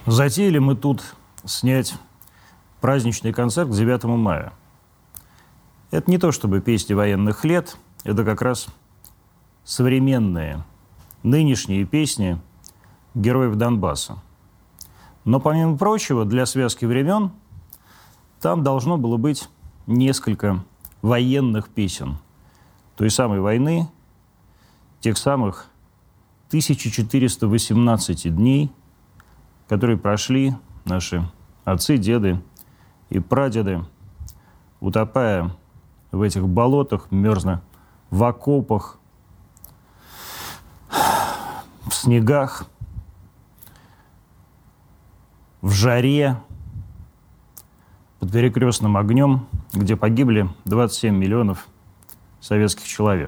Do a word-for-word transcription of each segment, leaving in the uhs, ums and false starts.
Затеяли мы тут снять праздничный концерт к девятому мая. Это не то чтобы песни военных лет, это как раз современные, нынешние песни героев Донбасса. Но, помимо прочего, для связки времен там должно было быть несколько военных песен той самой войны, тех самых тысяча четыреста восемнадцать дней, которые прошли наши отцы, деды и прадеды, утопая в этих болотах, мерзна в окопах, в снегах, в жаре, под перекрестным огнем, где погибли двадцать семь миллионов советских человек.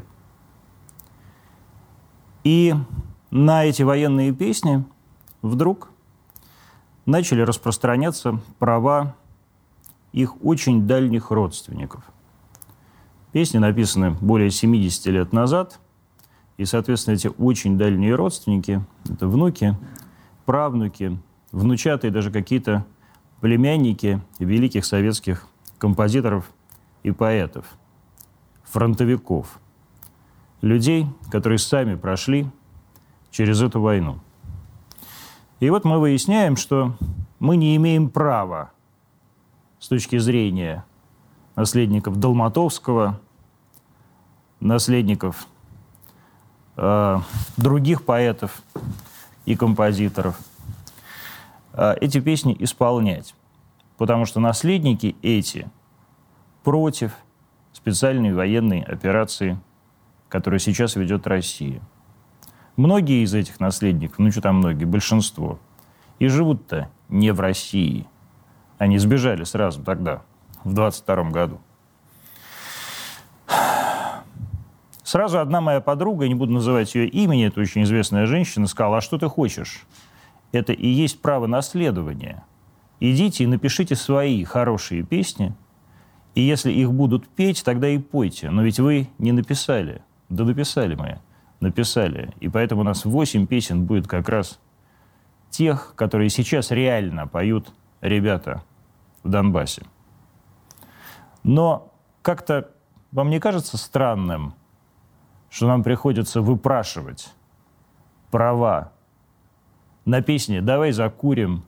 И на эти военные песни вдруг начали распространяться права их очень дальних родственников. Песни написаны более семидесяти лет назад, и, соответственно, эти очень дальние родственники – это внуки, правнуки, внучатые даже какие-то племянники великих советских композиторов и поэтов, фронтовиков, людей, которые сами прошли через эту войну. И вот мы выясняем, что мы не имеем права с точки зрения наследников Долматовского, наследников э, других поэтов и композиторов э, эти песни исполнять. Потому что наследники эти против специальной военной операции, которую сейчас ведет Россия. Многие из этих наследников, ну что там многие, большинство, и живут-то не в России. Они сбежали сразу тогда, в двадцать втором году. Сразу одна моя подруга, я не буду называть ее имени, это очень известная женщина, сказала: а что ты хочешь? Это и есть право наследования. Идите и напишите свои хорошие песни, и если их будут петь, тогда и пойте. Но ведь вы не написали. Да написали мы. Написали. И поэтому у нас восемь песен будет как раз тех, которые сейчас реально поют ребята в Донбассе. Но как-то вам не кажется странным, что нам приходится выпрашивать права на песни «Давай закурим»,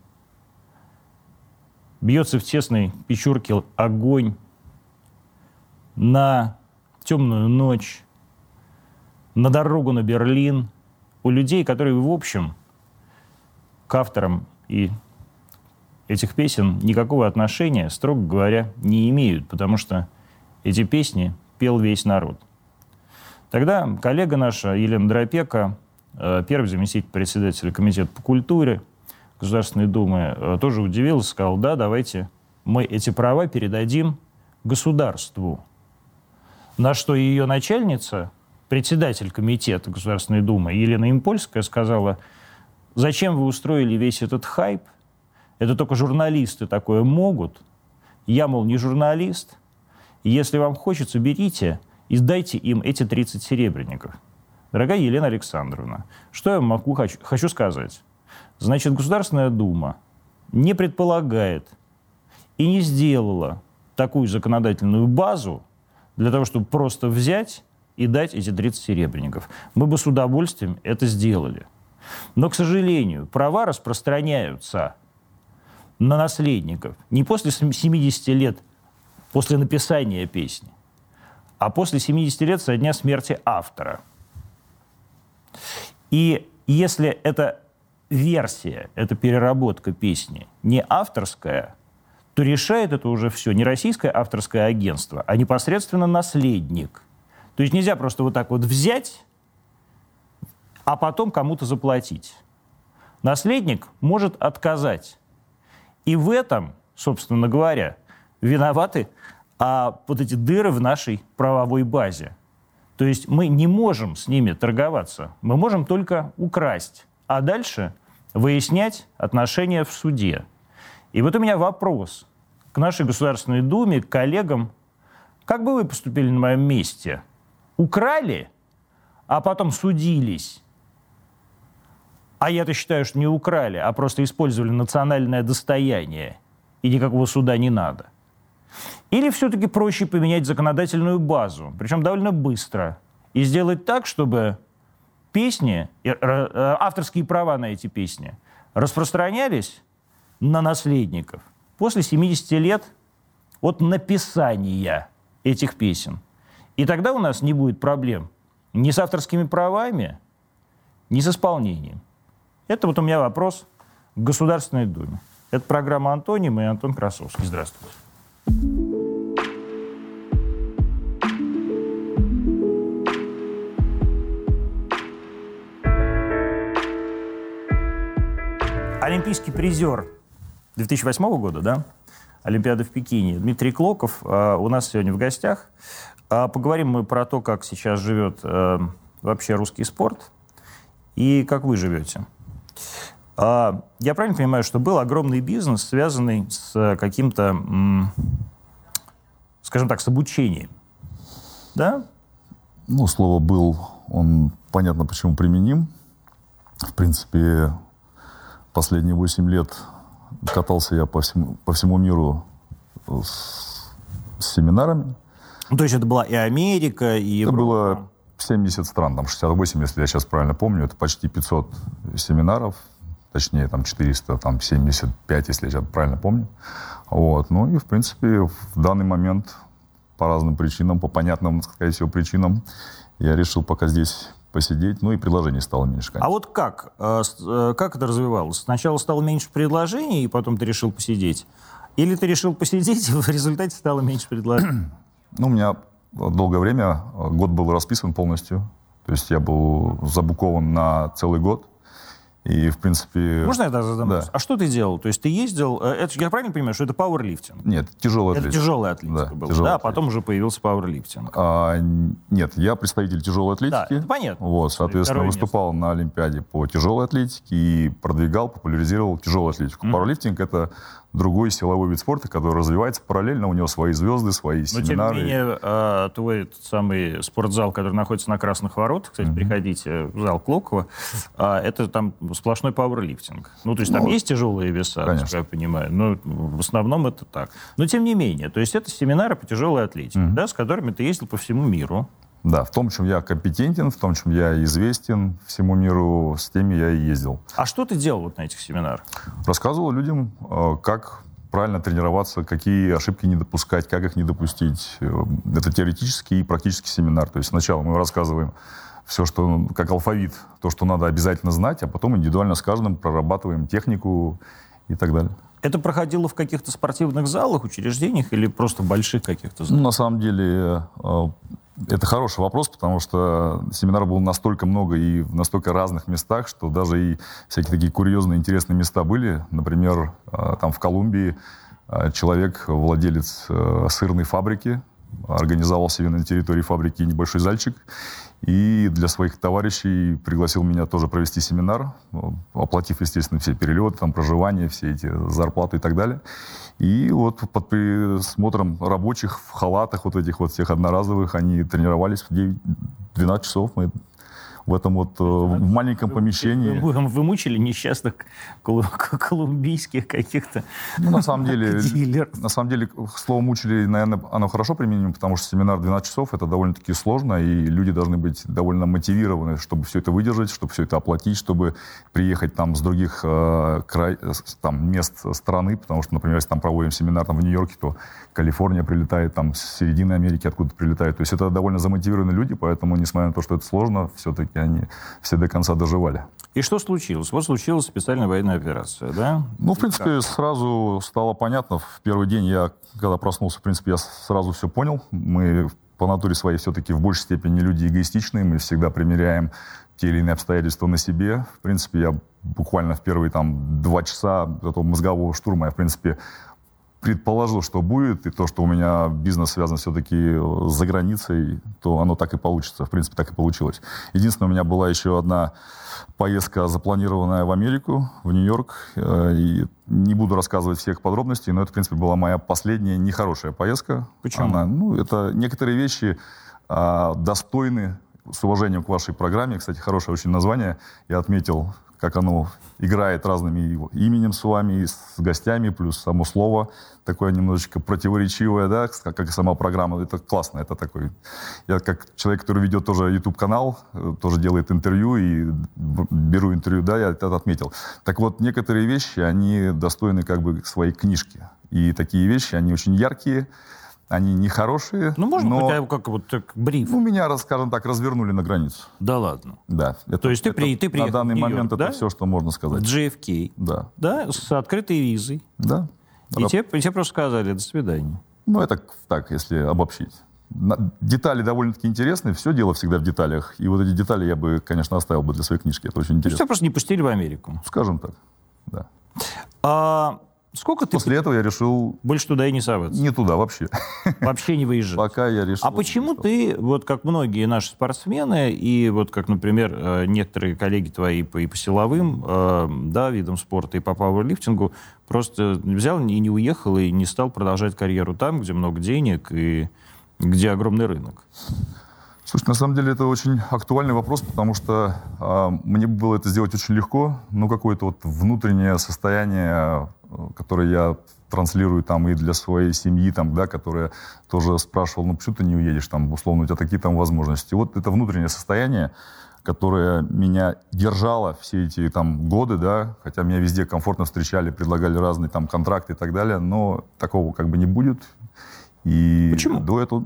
«Бьется в тесной печурке огонь», на «Темную ночь», на «Дорогу на Берлин» у людей, которые, в общем, к авторам и этих песен никакого отношения, строго говоря, не имеют, потому что эти песни пел весь народ. Тогда коллега наша Елена Дропека, первый заместитель председателя комитета по культуре Государственной Думы, тоже удивилась, сказал: да, давайте мы эти права передадим государству. На что ее начальница, председатель комитета Государственной Думы Елена Импольская, сказала: зачем вы устроили весь этот хайп? Это только журналисты такое могут. Я, мол, не журналист. Если вам хочется, берите и сдайте им эти тридцать серебряников. Дорогая Елена Александровна, что я могу, хочу, хочу сказать? Значит, Государственная Дума не предполагает и не сделала такую законодательную базу для того, чтобы просто взять и дать эти тридцать серебряников. Мы бы с удовольствием это сделали. Но, к сожалению, права распространяются на наследников не после семидесяти лет после написания песни, а после семидесяти лет со дня смерти автора. И если эта версия, эта переработка песни не авторская, то решает это уже все не российское авторское агентство, а непосредственно наследник. То есть нельзя просто вот так вот взять, а потом кому-то заплатить. Наследник может отказать. И в этом, собственно говоря, виноваты а, вот эти дыры в нашей правовой базе. То есть мы не можем с ними торговаться. Мы можем только украсть, а дальше выяснять отношения в суде. И вот у меня вопрос к нашей Государственной Думе, к коллегам. Как бы вы поступили на моем месте? Украли, а потом судились? А я-то считаю, что не украли, а просто использовали национальное достояние, и никакого суда не надо. Или все-таки проще поменять законодательную базу, причем довольно быстро, и сделать так, чтобы песни, авторские права на эти песни распространялись на наследников после семидесяти лет от написания этих песен. И тогда у нас не будет проблем ни с авторскими правами, ни с исполнением. Это вот у меня вопрос к Государственной Думе. Это программа «Антоним» и Антон Красовский. Здравствуйте. Олимпийский призер две тысячи восьмого года, да? Олимпиада в Пекине. Дмитрий Клоков э, у нас сегодня в гостях. Э, поговорим мы про то, как сейчас живет э, вообще русский спорт и как вы живете. Э, я правильно понимаю, что был огромный бизнес, связанный с каким-то, м, скажем так, с обучением, да? Ну, слово «был», он понятно, почему применим. В принципе, последние восемь лет катался я по всему, по всему миру с, с семинарами. Ну, то есть это была и Америка, и Европа? Это было семьдесят стран, там шестьдесят восемь, если я сейчас правильно помню. Это почти пятьсот семинаров, точнее, там четыреста, там семьдесят пять, если я сейчас правильно помню. Вот. Ну и, в принципе, в данный момент по разным причинам, по понятным, скорее всего, причинам, я решил пока здесь посидеть, ну и предложений стало меньше, конечно. А вот как? Как это развивалось? Сначала стало меньше предложений, и потом ты решил посидеть? Или ты решил посидеть, и в результате стало меньше предложений? Ну, у меня долгое время, год был расписан полностью. То есть я был забукован на целый год. И, в принципе... Можно я задам вопрос? Да. А что ты делал? То есть ты ездил... Это, я правильно понимаю, что это пауэрлифтинг? Нет, тяжелая атлетика. Это тяжелая атлетика да, была, тяжелая да? А атлетика. потом уже появился пауэрлифтинг. А, нет, я представитель тяжелой атлетики. Да, это понятно. Вот, соответственно, выступал на Олимпиаде по тяжелой атлетике и продвигал, популяризировал тяжелую атлетику. Mm. Пауэрлифтинг — это другой силовой вид спорта, который развивается параллельно, у него свои звезды, свои Но, семинары. Но, тем не менее, твой тот самый спортзал, который находится на Красных Воротах, кстати, mm-hmm. приходите в зал Клокова, это там сплошной пауэрлифтинг. Ну, то есть там ну, есть тяжелые веса, конечно, я понимаю, но в основном это так. Но, тем не менее, то есть это семинары по тяжелой атлетике, mm-hmm. да, с которыми ты ездил по всему миру. Да, в том, чем я компетентен, в том, чем я известен всему миру, с теми я и ездил. А что ты делал вот на этих семинарах? Рассказывал людям, как правильно тренироваться, какие ошибки не допускать, как их не допустить. Это теоретический и практический семинар. То есть сначала мы рассказываем все, что как алфавит, то, что надо обязательно знать, а потом индивидуально с каждым прорабатываем технику и так далее. Это проходило в каких-то спортивных залах, учреждениях или просто в больших каких-то залах? Ну, на самом деле... Это хороший вопрос, потому что семинаров было настолько много и в настолько разных местах, что даже и всякие такие курьезные, интересные места были. Например, там в Колумбии человек, владелец сырной фабрики, организовал себе на территории фабрики небольшой зальчик и для своих товарищей пригласил меня тоже провести семинар, оплатив, естественно, все перелеты, там, проживание, все эти зарплаты и так далее. И вот под присмотром рабочих в халатах вот этих вот всех одноразовых они тренировались в девять-двенадцать часов. Мы в этом вот в маленьком помещении. Вы, вы, вы мучили несчастных колумбийских каких-то ну, на самом деле, дилеров. На самом деле, слово «мучили», наверное, оно хорошо применимо, потому что семинар двенадцать часов — это довольно-таки сложно, и люди должны быть довольно мотивированы, чтобы все это выдержать, чтобы все это оплатить, чтобы приехать там с других э, край, там, мест страны, потому что, например, если там проводим семинар там, в Нью-Йорке, то Калифорния прилетает, там, с середины Америки откуда-то прилетает. То есть это довольно замотивированные люди, поэтому, несмотря на то, что это сложно, все-таки они все до конца доживали. И что случилось? Вот случилась специальная военная операция, да? Ну, в принципе, как? Сразу стало понятно. В первый день я, когда проснулся, в принципе, я сразу все понял. Мы по натуре своей все-таки в большей степени люди эгоистичные. Мы всегда примеряем те или иные обстоятельства на себе. В принципе, я буквально в первые там два часа этого мозгового штурма, я, в принципе, предположил, что будет, и то, что у меня бизнес связан все-таки за границей, то оно так и получится. В принципе, так и получилось. Единственное, у меня была еще одна поездка, запланированная в Америку, в Нью-Йорк. И не буду рассказывать всех подробностей, но это, в принципе, была моя последняя нехорошая поездка. Почему? Она, ну, это некоторые вещи а, достойны с уважением к вашей программе. Кстати, хорошее очень название. Я отметил, как оно играет разными его именем с вами, и с гостями, плюс само слово такое немножечко противоречивое, да, как и сама программа. Это классно, это такой... Я как человек, который ведет тоже YouTube-канал, тоже делает интервью, и беру интервью, да, я это отметил. Так вот, некоторые вещи, они достойны как бы своей книжки. И такие вещи, они очень яркие, они нехорошие. Ну, можно но... хотя бы как вот так, бриф? Ну, меня, скажем так, развернули на границу. Да ладно? Да. Это, То есть ты, это, при, ты приехал на данный в Нью-Йорк, момент да? это все, что можно сказать. В джей эф кей? Да. Да, с открытой визой? Да. И тебе, и тебе просто сказали: до свидания. Ну, это так, если обобщить. Детали довольно-таки интересные, все дело всегда в деталях. И вот эти детали я бы, конечно, оставил бы для своей книжки. Это очень То есть интересно. тебя просто не пустили в Америку? Скажем так, да. А сколько ты... После этого я решил Больше туда и не соваться? не туда вообще. Вообще не выезжать? Пока я решил... А почему ты, вот как многие наши спортсмены, и вот как, например, некоторые коллеги твои по, и по силовым э, да, видам спорта, и по пауэрлифтингу, просто взял и не уехал, и не стал продолжать карьеру там, где много денег и где огромный рынок? Слушай, на самом деле это очень актуальный вопрос, потому что э, мне было это сделать очень легко, но какое-то вот внутреннее состояние, которое я транслирую там и для своей семьи, там, да, которая тоже спрашивала: ну почему ты не уедешь, там, условно, у тебя такие там возможности. Вот это внутреннее состояние, которое меня держало все эти там годы, да, хотя меня везде комфортно встречали, предлагали разные там контракты и так далее, но такого как бы не будет. И почему? До этого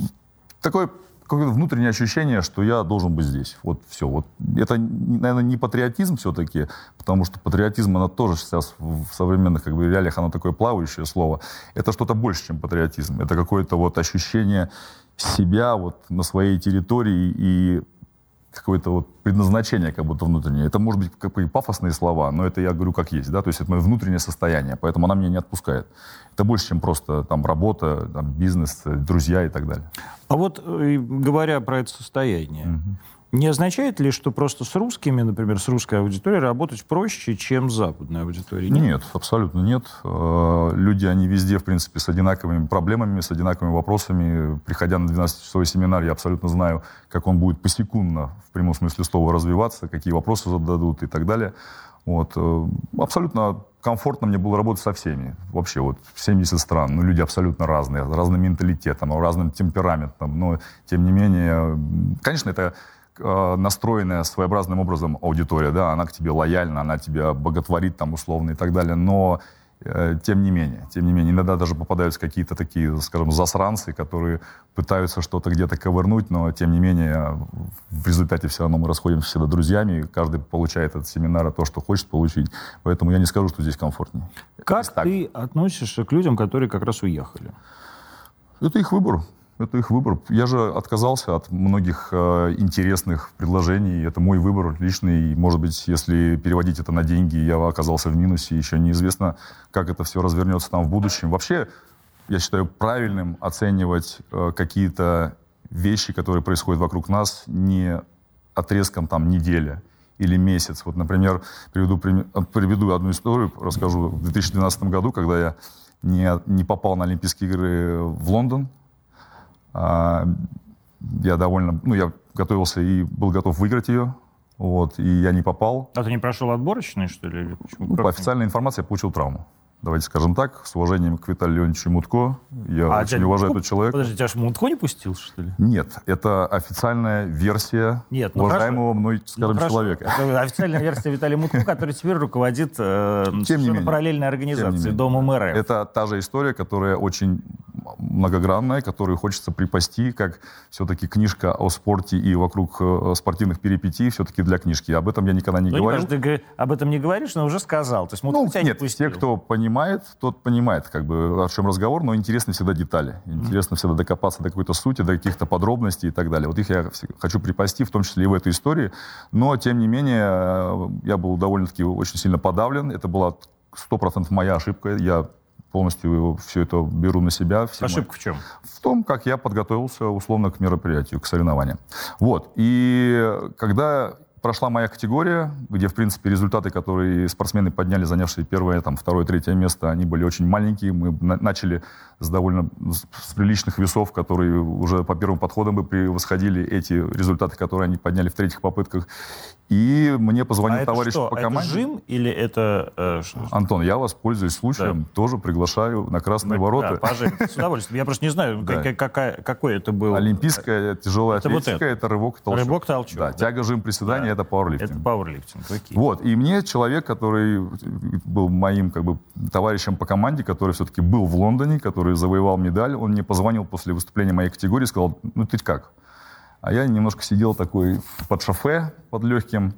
такое какое-то внутреннее ощущение, что я должен быть здесь. Вот все. Вот. Это, наверное, не патриотизм все-таки, потому что патриотизм, оно тоже сейчас в современных как бы, реалиях, оно такое плавающее слово. Это что-то больше, чем патриотизм. Это какое-то вот ощущение себя вот на своей территории и какое-то вот предназначение как будто внутреннее. Это, может быть, как бы и пафосные слова, но это я говорю как есть, да, то есть это мое внутреннее состояние, поэтому она меня не отпускает. Это больше, чем просто там работа, там, бизнес, друзья и так далее. А вот говоря про это состояние, угу. не означает ли, что просто с русскими, например, с русской аудиторией работать проще, чем с западной аудиторией? Нет, нет абсолютно нет. Люди, они везде, в принципе, с одинаковыми проблемами, с одинаковыми вопросами. Приходя на двенадцатичасовой семинар, я абсолютно знаю, как он будет посекундно, в прямом смысле слова, развиваться, какие вопросы зададут и так далее. Вот. Абсолютно комфортно мне было работать со всеми. Вообще, вот семьдесят стран, ну, люди абсолютно разные, с разным менталитетом, разным темпераментом, но, тем не менее, конечно, это э, настроенная своеобразным образом аудитория, да, она к тебе лояльна, она тебя боготворит, там, условно, и так далее, но, э, тем не менее, тем не менее, иногда даже попадаются какие-то такие, скажем, засранцы, которые пытаются что-то где-то ковырнуть, но, тем не менее, в результате все равно мы расходимся всегда друзьями, каждый получает от семинара то, что хочет получить. Поэтому я не скажу, что здесь комфортнее. Как ты относишься к людям, которые как раз уехали? Это их выбор. Это их выбор. Я же отказался от многих э, интересных предложений. Это мой выбор личный. Может быть, если переводить это на деньги, я оказался в минусе. Еще неизвестно, как это все развернется там в будущем. Вообще, я считаю правильным оценивать э, какие-то вещи, которые происходят вокруг нас, не отрезком там недели или месяц. Вот, например, приведу, приведу одну историю, расскажу. В две тысячи двенадцатом году, когда я не, не попал на Олимпийские игры в Лондон, э, я довольно... Ну, я готовился и был готов выиграть ее. Вот, и я не попал. А ты не прошел отборочные, что ли? Или почему? Ну, по официальной информации я получил травму. Давайте скажем так, с уважением к Виталию Леонидовичу Мутко. Я а очень уважаю Мутко? этого человека. Подожди, тебя же Мутко не пустил, что ли? Нет, это официальная версия Нет, ну уважаемого хорошо. мной, скажем, ну человека. Это официальная версия Виталия Мутко, который теперь руководит э, совершенно параллельной организацией Домом РФ. Это та же история, которая очень многогранная, которую хочется припасти, как все-таки книжка о спорте и вокруг спортивных перипетий, все-таки для книжки. Об этом я никогда не ну, говорил. Не ты об этом не говоришь, но уже сказал. То есть Мутко ну, тебя нет, не пустил. Те, кто понимает, тот понимает, как бы, о чем разговор, но интересны всегда детали. Интересно mm-hmm. всегда докопаться до какой-то сути, до каких-то подробностей и так далее. Вот их я хочу припасти, в том числе и в этой истории. Но, тем не менее, я был довольно-таки очень сильно подавлен. Это была сто процентов моя ошибка. Я полностью все это беру на себя. Ошибка мои... в чем? В том, как я подготовился, условно, к мероприятию, к соревнованиям. Вот. И когда прошла моя категория, где, в принципе, результаты, которые спортсмены подняли, занявшие первое, там, второе, третье место, они были очень маленькие. Мы на- начали с довольно с приличных весов, которые уже по первым подходам бы превосходили эти результаты, которые они подняли в третьих попытках. И мне позвонил а товарищ это что? по команде. Это жим или это... Э, что? Антон, я воспользуюсь случаем, Да. тоже приглашаю на Красные Да, ворота. пожалуйста, с удовольствием. Я просто не знаю, Да. как- какая- какой это был... Олимпийская тяжелая Это вот атлетика, это. это рывок и толчок. Рывок-толчок, Да, да. тяга, жим, приседания, Да. это пауэрлифтинг. Это пауэрлифтинг, окей. Вот, и мне человек, который был моим как бы товарищем по команде, который все-таки был в Лондоне, который завоевал медаль, он мне позвонил после выступления моей категории и сказал: ну ты как? А я немножко сидел такой под шофе, под легким,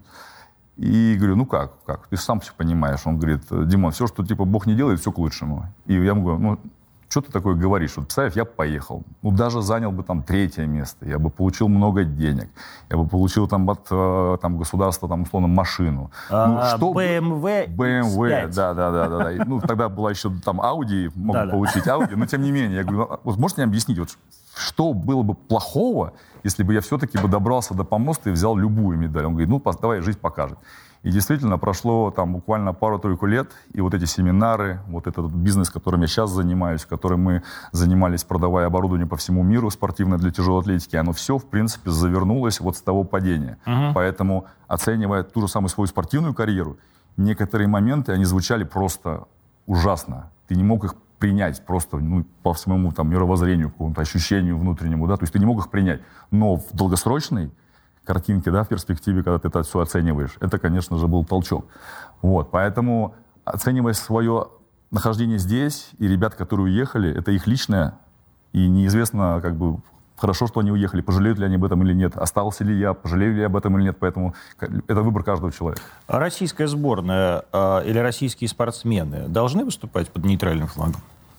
и говорю: ну как, как? Ты сам все понимаешь. Он говорит: Димон, все, что типа Бог не делает, все к лучшему. И я ему говорю: ну, что ты такое говоришь? Вот, представь, я поехал. Ну, даже занял бы там третье место. Я бы получил много денег. Я бы получил там от э, там, государства, там, условно, машину. А, ну, бэ эм вэ бэ эм вэ, икс пять. да, да, да, да, да. Ну, тогда была еще там Audi, мог Да-да. получить Audi, но тем не менее. Я говорю: ну, вот можете мне объяснить, вот, что было бы плохого, если бы я все-таки бы добрался до помоста и взял любую медаль? Он говорит: ну, пос- давай, жизнь покажет. И действительно, прошло там буквально пару-тройку лет, и вот эти семинары, вот этот бизнес, которым я сейчас занимаюсь, которым мы занимались, продавая оборудование по всему миру спортивное для тяжелой атлетики, оно все, в принципе, завернулось вот с того падения. Мгм. Поэтому, оценивая ту же самую свою спортивную карьеру, некоторые моменты, они звучали просто ужасно. Ты не мог их принять просто, ну, по своему там мировоззрению, какому-то ощущению внутреннему, да, то есть ты не мог их принять. Но в долгосрочной картинке, да, в перспективе, когда ты это все оцениваешь, это, конечно же, был толчок. Вот, поэтому, оценивая свое нахождение здесь и ребят, которые уехали, это их личное, и неизвестно, как бы, хорошо, что они уехали, пожалеют ли они об этом или нет, остался ли я, пожалею ли я об этом или нет, поэтому это выбор каждого человека. А российская сборная э, или российские спортсмены должны выступать под нейтральным флагом?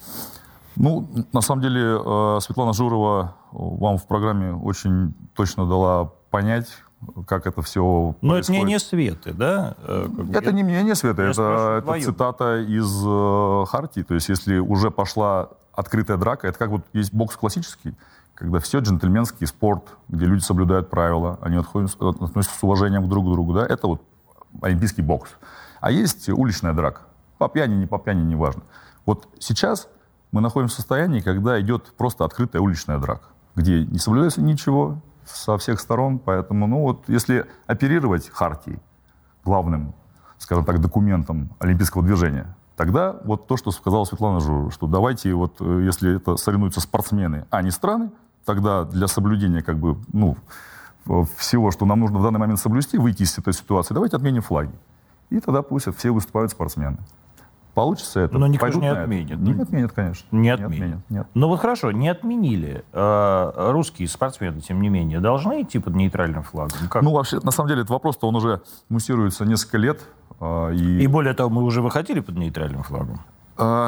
Ну, на самом деле, э, Светлана Журова вам в программе очень точно дала понять, как это все Но происходит. это мнение Светы, да? Э, как бы Это я- не мнение Света, я это, спрашиваю это твое. цитата из э, Хартии. То есть, если уже пошла открытая драка, это как вот есть бокс классический, когда все джентльменский спорт, где люди соблюдают правила, они отходят, относятся с уважением друг к другу, да, это вот олимпийский бокс. А есть уличная драка. По пьяни, не по пьяни, неважно. Вот сейчас мы находимся в состоянии, когда идет просто открытая уличная драка, где не соблюдается ничего со всех сторон. Поэтому, ну вот, если оперировать Хартией, главным, скажем так, документом олимпийского движения, тогда вот то, что сказала Светлана Журова, что давайте, вот, э, если это соревнуются спортсмены, а не страны, тогда для соблюдения, как бы, ну, в- всего, что нам нужно в данный момент соблюсти, выйти из этой ситуации, давайте отменим флаги. И тогда пусть все выступают спортсмены. Получится это? Но никто же Пойдут не на это? отменит. Не отменят, конечно. Не отменят. Нет. Ну вот хорошо, не отменили. Э, русские спортсмены, тем не менее, должны идти под нейтральным флагом? Как? Ну, вообще, на самом деле, этот вопрос-то он уже муссируется несколько лет. э, И, И более того, мы уже выходили под нейтральным флагом. э,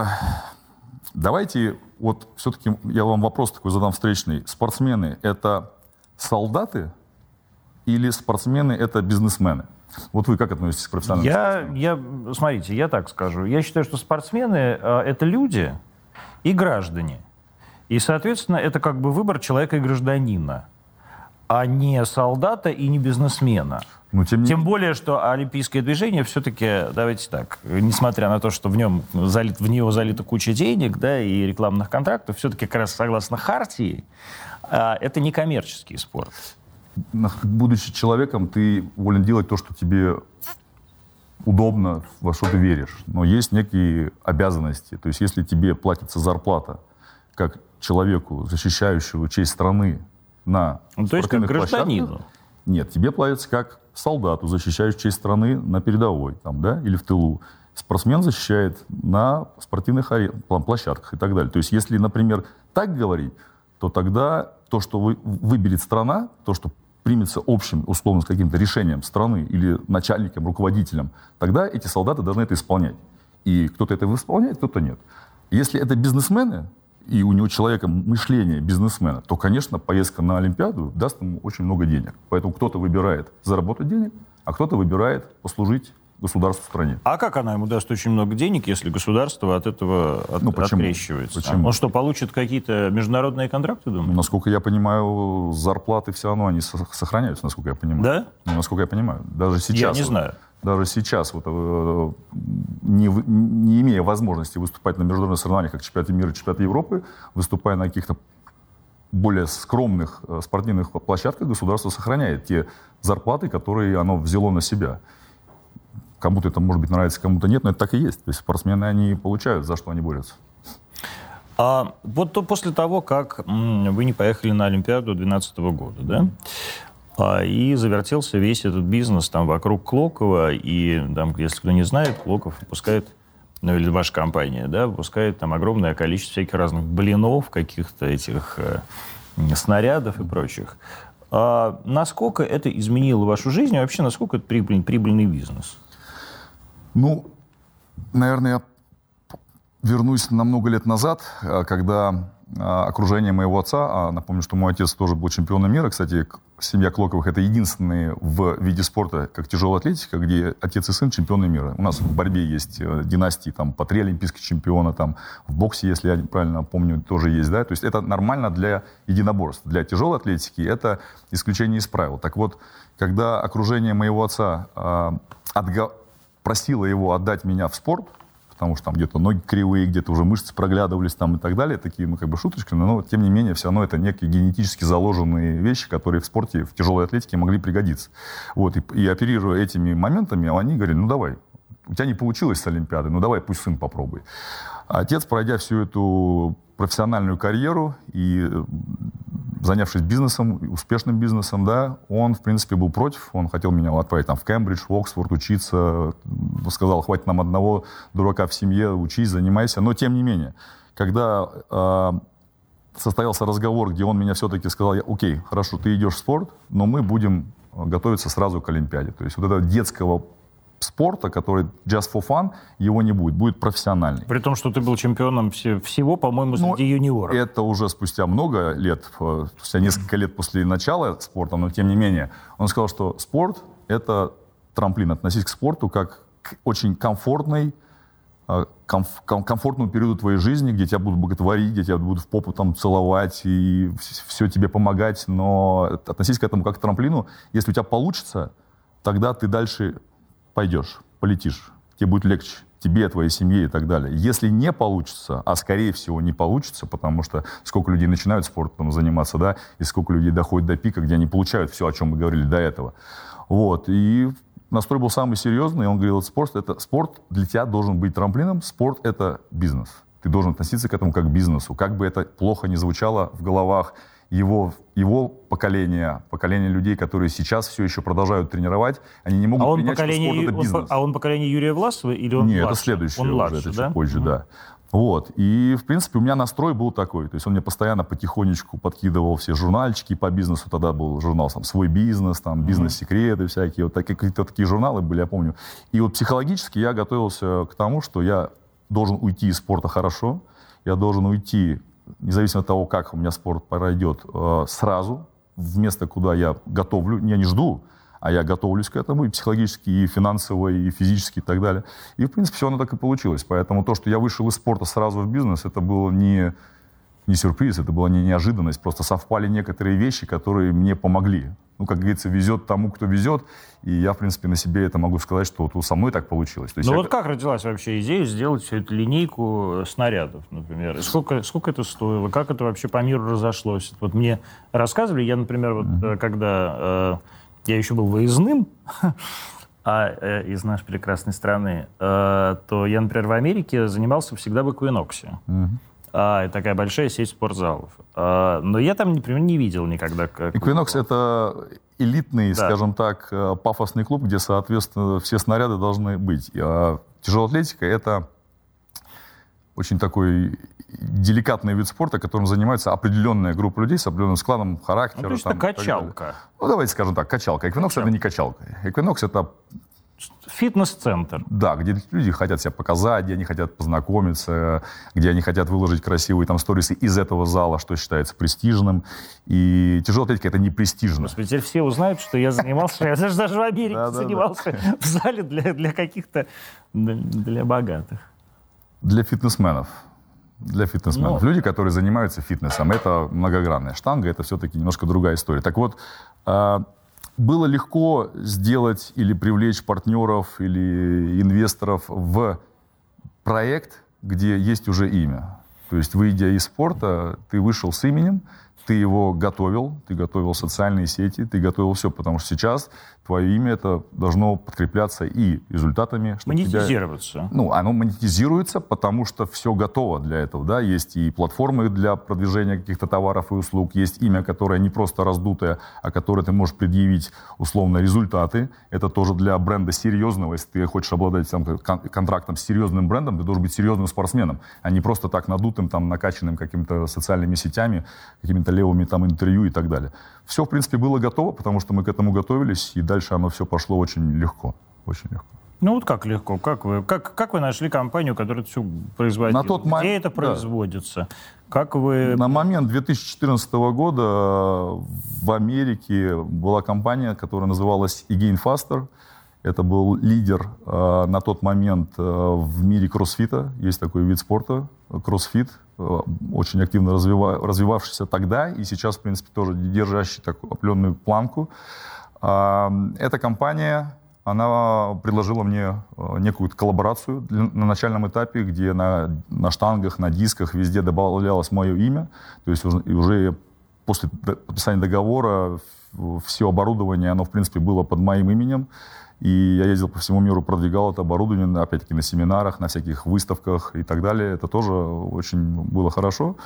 давайте, вот все-таки я вам вопрос такой задам встречный. Спортсмены — это солдаты или спортсмены — это бизнесмены? Вот вы как относитесь к профессиональным Я, спортсменам? я, смотрите, я так скажу. Я считаю, что спортсмены э, — это люди и граждане. И, соответственно, это как бы выбор человека и гражданина, а не солдата и не бизнесмена. Ну, тем не Тем более, что олимпийское движение все-таки, давайте так, несмотря на то, что в, нем залит, в него залита куча денег, да, и рекламных контрактов, все-таки как раз согласно Хартии, э, это не коммерческий спорт. на- будучи человеком, ты волен делать то, что тебе удобно, во что ты веришь. Но есть некие обязанности. То есть если тебе платится зарплата как человеку, защищающему честь страны на Ну, то есть как спортивных гражданину. площадках, нет, тебе платится как солдату, защищающему честь страны на передовой там, да, или в тылу. Спортсмен защищает на спортивных арен- площадках и так далее. То есть если, например, так говорить, то тогда то, что вы, выберет страна, то, что примется общим, условно, с каким-то решением страны или начальником, руководителем, тогда эти солдаты должны это исполнять. И кто-то это исполняет, кто-то нет. Если это бизнесмены, и у него человека мышление бизнесмена, то, конечно, поездка на Олимпиаду даст ему очень много денег. Поэтому кто-то выбирает заработать денег, а кто-то выбирает послужить государству в стране. А как она ему даст очень много денег, если государство от этого от, ну, почему? открещивается? Почему? Он что, получит какие-то международные контракты, думаешь? Насколько я понимаю, зарплаты все равно они сохраняются, насколько я понимаю. Да? Ну, насколько я понимаю. Даже сейчас. Я не вот, знаю. Даже сейчас, вот, не, не имея возможности выступать на международных соревнованиях, как чемпионаты мира, чемпионаты Европы, выступая на каких-то более скромных спортивных площадках, государство сохраняет те зарплаты, которые оно взяло на себя. Кому-то это, может быть, нравится, кому-то нет, но это так и есть. То есть спортсмены, они получают, за что они борются. А вот то после того, как м, вы не поехали на Олимпиаду две тысячи двенадцатого года, да? А, и завертелся весь этот бизнес там вокруг Клокова, и там, если кто не знает, Клоков выпускает, ну или ваша компания, да, выпускает там огромное количество всяких разных блинов, каких-то этих э, снарядов и прочих. А насколько это изменило вашу жизнь, и вообще насколько это прибыль, прибыльный бизнес? Ну, наверное, я вернусь на много лет назад, когда окружение моего отца, а напомню, что мой отец тоже был чемпионом мира, кстати, семья Клоковых — это единственные в виде спорта, как тяжелая атлетика, где отец и сын чемпионы мира. У нас в борьбе есть династии, там, по три олимпийских чемпиона, там, в боксе, если я правильно помню, тоже есть, да, то есть это нормально для единоборств. Для тяжелой атлетики это исключение из правил. Так вот, когда окружение моего отца э, отго... просило его отдать меня в спорт, потому что там где-то ноги кривые, где-то уже мышцы проглядывались там и так далее, такие, ну, как бы шуточки, но, тем не менее, все равно это некие генетически заложенные вещи, которые в спорте, в тяжелой атлетике могли пригодиться. Вот, и, и оперируя этими моментами, они говорили, ну, давай, у тебя не получилось с Олимпиады, ну, давай, пусть сын попробует. Отец, пройдя всю эту профессиональную карьеру и занявшись бизнесом, успешным бизнесом, да, он, в принципе, был против. Он хотел меня отправить там, в Кембридж, в Оксфорд учиться. Сказал, хватит нам одного дурака в семье, учись, занимайся. Но, тем не менее, когда э, состоялся разговор, где он меня все-таки сказал, окей, хорошо, ты идешь в спорт, но мы будем готовиться сразу к Олимпиаде. То есть вот этого детского спорта, который just for fun, его не будет, будет профессиональный. При том, что ты был чемпионом все, всего, по-моему, среди ну, юниоров. Это уже спустя много лет, спустя несколько лет после начала спорта, но тем не менее, он сказал, что спорт — это трамплин. Относись к спорту как к очень комфортной, комф, комфортному периоду твоей жизни, где тебя будут боготворить, где тебя будут в попу там целовать и все тебе помогать, но относись к этому как к трамплину. Если у тебя получится, тогда ты дальше пойдешь, полетишь, тебе будет легче, тебе, твоей семье и так далее. Если не получится, а скорее всего не получится, потому что сколько людей начинают спортом заниматься, да, и сколько людей доходит до пика, где они получают все, о чем мы говорили до этого. Вот, и настрой был самый серьезный, и он говорил, спорт, это, спорт для тебя должен быть трамплином, спорт — это бизнес. Ты должен относиться к этому как к бизнесу, как бы это плохо ни звучало в головах его, его поколения, поколение людей, которые сейчас все еще продолжают тренировать, они не могут а он принять, поколение, что спорт — это бизнес. Он, а он поколение Юрия Власова или он Нет, младше? это следующее он уже, младше, это да? чуть позже, Mm-hmm. да. Вот. И, в принципе, у меня настрой был такой. То есть он мне постоянно потихонечку подкидывал все журнальчики по бизнесу. Тогда был журнал там, «Свой бизнес», там, «Бизнес-секреты» всякие. Вот такие, какие-то такие журналы были, я помню. И вот психологически я готовился к тому, что я должен уйти из спорта хорошо. Я должен уйти, независимо от того, как у меня спорт пройдет, сразу в место, куда я готовлю. Я не жду, а я готовлюсь к этому и психологически, и финансово, и физически, и так далее. И, в принципе, все оно так и получилось. Поэтому то, что я вышел из спорта сразу в бизнес, это было не, не сюрприз, это была не неожиданность. Просто совпали некоторые вещи, которые мне помогли. Ну, как говорится, везет тому, кто везет. И я, в принципе, на себе это могу сказать, что вот со мной так получилось. То есть ну я... вот как родилась вообще идея сделать всю эту линейку снарядов, например? И сколько, сколько это стоило? Как это вообще по миру разошлось? Вот мне рассказывали, я, например, вот mm-hmm. когда э, я еще был выездным а, э, из нашей прекрасной страны, э, то я, например, в Америке занимался всегда в Эквиноксе. Mm-hmm. А, такая большая сеть спортзалов. А, но я там, например, не видел никогда. Эквинокс — это элитный, да. скажем так, пафосный клуб, где, соответственно, все снаряды должны быть. А тяжелая атлетика — это очень такой деликатный вид спорта, которым занимается определенная группа людей с определенным складом характера. Ну, то есть это качалка. Ну, давайте скажем так, качалка. Эквинокс — это не качалка. Эквинокс — это Фитнес-центр. Да, где люди хотят себя показать, где они хотят познакомиться, где они хотят выложить красивые там сторисы из этого зала, что считается престижным. И тяжелая атлетика — это не престижно. Господи, теперь все узнают, что я занимался, я даже в Америке занимался в зале для каких-то, для богатых. Для фитнесменов. Для фитнесменов. Люди, которые занимаются фитнесом, это многогранная штанга, это все-таки немножко другая история. Так вот, было легко сделать или привлечь партнеров или инвесторов в проект, где есть уже имя. То есть, выйдя из спорта, ты вышел с именем, ты его готовил, ты готовил социальные сети, ты готовил все, потому что сейчас твое имя это должно подкрепляться и результатами. Монетизироваться. Тебя, ну, оно монетизируется, потому что все готово для этого. Да? Есть и платформы для продвижения каких-то товаров и услуг, есть имя, которое не просто раздутое, а которое ты можешь предъявить условно результаты. Это тоже для бренда серьезного. Если ты хочешь обладать там, контрактом с серьезным брендом, ты должен быть серьезным спортсменом, а не просто так надутым, там, накачанным какими-то социальными сетями, какими-то левыми там интервью и так далее. Все, в принципе, было готово, потому что мы к этому готовились, и дальше оно все пошло очень легко. Очень легко. Ну вот как легко? Как вы, как, как вы нашли компанию, которая это все производит? На тот момент, где это производится? Да. Как вы... На момент две тысячи четырнадцатого года в Америке была компания, которая называлась Again Faster. Это был лидер э, на тот момент э, в мире кроссфита. Есть такой вид спорта, кроссфит, э, очень активно развива, развивавшийся тогда и сейчас, в принципе, тоже держащий такую определенную планку. Э, эта компания, она предложила мне э, некую коллаборацию для, на начальном этапе, где на, на штангах, на дисках везде добавлялось мое имя. То есть уже, уже после подписания договора все оборудование, оно, в принципе, было под моим именем. И я ездил по всему миру, продвигал это оборудование, опять-таки, на семинарах, на всяких выставках и так далее. Это тоже очень было хорошо.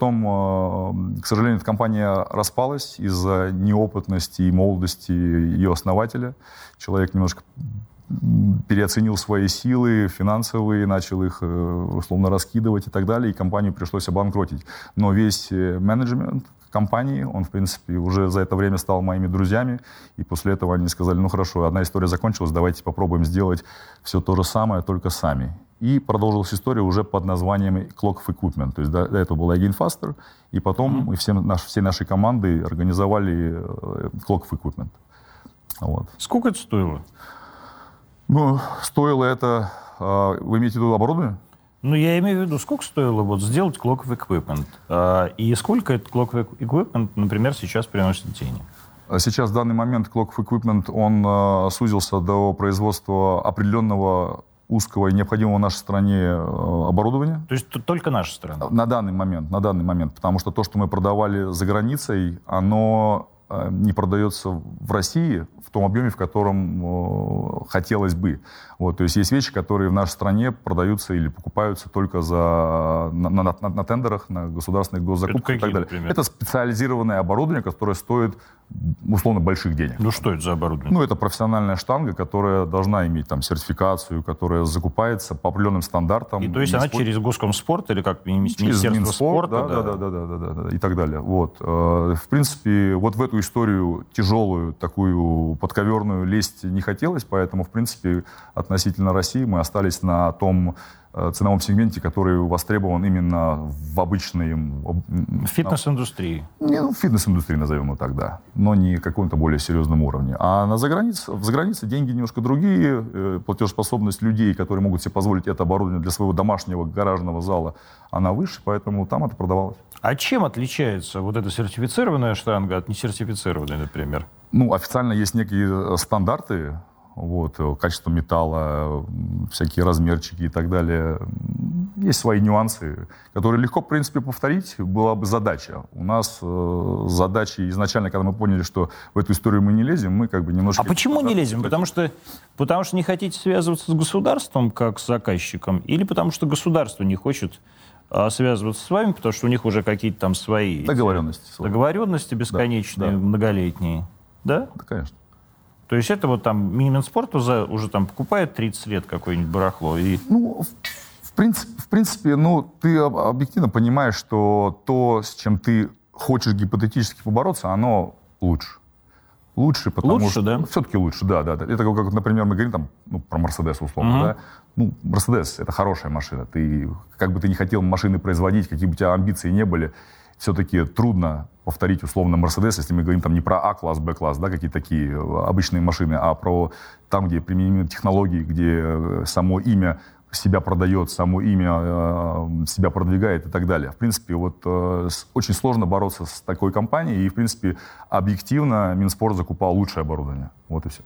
Потом, к сожалению, эта компания распалась из-за неопытности и молодости ее основателя. Человек немножко переоценил свои силы финансовые, начал их условно раскидывать и так далее, и компанию пришлось обанкротить. Но весь менеджмент компании, он, в принципе, уже за это время стал моими друзьями, и после этого они сказали, ну хорошо, одна история закончилась, давайте попробуем сделать все то же самое, только сами. И продолжилась история уже под названием Clock of Equipment. То есть до, до этого была Again Faster, и потом мы все, наш, всей нашей командой организовали Clock of Equipment. Вот. Сколько это стоило? Ну, стоило это... Вы имеете в виду оборудование? Ну, я имею в виду, сколько стоило вот сделать Clock of Equipment? А, и сколько этот Clock of Equipment, например, сейчас приносит денег? Сейчас в данный момент Clock of Equipment, он а, сузился до производства определенного узкого и необходимого в нашей стране а, оборудования. То есть только наша страна? На данный момент, на данный момент. Потому что то, что мы продавали за границей, оно а, не продается в России в том объеме, в котором э, хотелось бы. Вот, то есть есть вещи, которые в нашей стране продаются или покупаются только за, на, на, на, на тендерах, на государственных госзакупках и так далее. Например? Это специализированное оборудование, которое стоит условно больших денег. Ну что это за оборудование? Ну это профессиональная штанга, которая должна иметь там сертификацию, которая закупается по определенным стандартам. И то есть она через Госкомспорт или как Министерство Минспорт, спорта? Да, да, да, да, да, да, да, и так далее. Вот. В принципе, вот в эту историю тяжелую, такую подковерную лезть не хотелось, поэтому, в принципе, относительно России мы остались на том ценовом сегменте, который востребован именно в обычной... В фитнес-индустрии. Не, ну, в фитнес-индустрии, назовем его так, да. Но не каком-то более серьезном уровне. А на загранице, в загранице деньги немножко другие. Э, платежеспособность людей, которые могут себе позволить это оборудование для своего домашнего гаражного зала, она выше, поэтому там это продавалось. А чем отличается вот эта сертифицированная штанга от несертифицированной, например? Ну, официально есть некие стандарты, вот, качество металла, всякие размерчики и так далее. Есть свои нюансы, которые легко, в принципе, повторить была бы задача. У нас э, задача изначально, когда мы поняли, что в эту историю мы не лезем, мы как бы немножко... А почему не лезем? Потому что, потому что не хотите связываться с государством как с заказчиком? Или потому что государство не хочет а, связываться с вами, потому что у них уже какие-то там свои... Договоренности. Эти, договоренности бесконечные, да, да. многолетние. Да? Да, конечно. То есть это вот там Минспорт уже, уже там покупает тридцать лет какое-нибудь барахло и... Ну, в, в, принципе, в принципе, ну, ты объективно понимаешь, что то, с чем ты хочешь гипотетически побороться, оно лучше. Лучше, потому лучше, что... да? Все-таки лучше, да, да. Это как, например, мы говорим там, ну, про Мерседес условно, uh-huh. да. Ну, Мерседес — это хорошая машина. Ты, как бы ты ни хотел машины производить, какие бы у тебя амбиции не были, все-таки трудно повторить условно Мерседес, если мы говорим там не про А-класс, Б-класс, да, какие-то такие обычные машины, а про там, где применены технологии, где само имя себя продает, само имя э, себя продвигает и так далее. В принципе, вот э, с, очень сложно бороться с такой компанией, и, в принципе, объективно Минспорт закупал лучшее оборудование. Вот и все.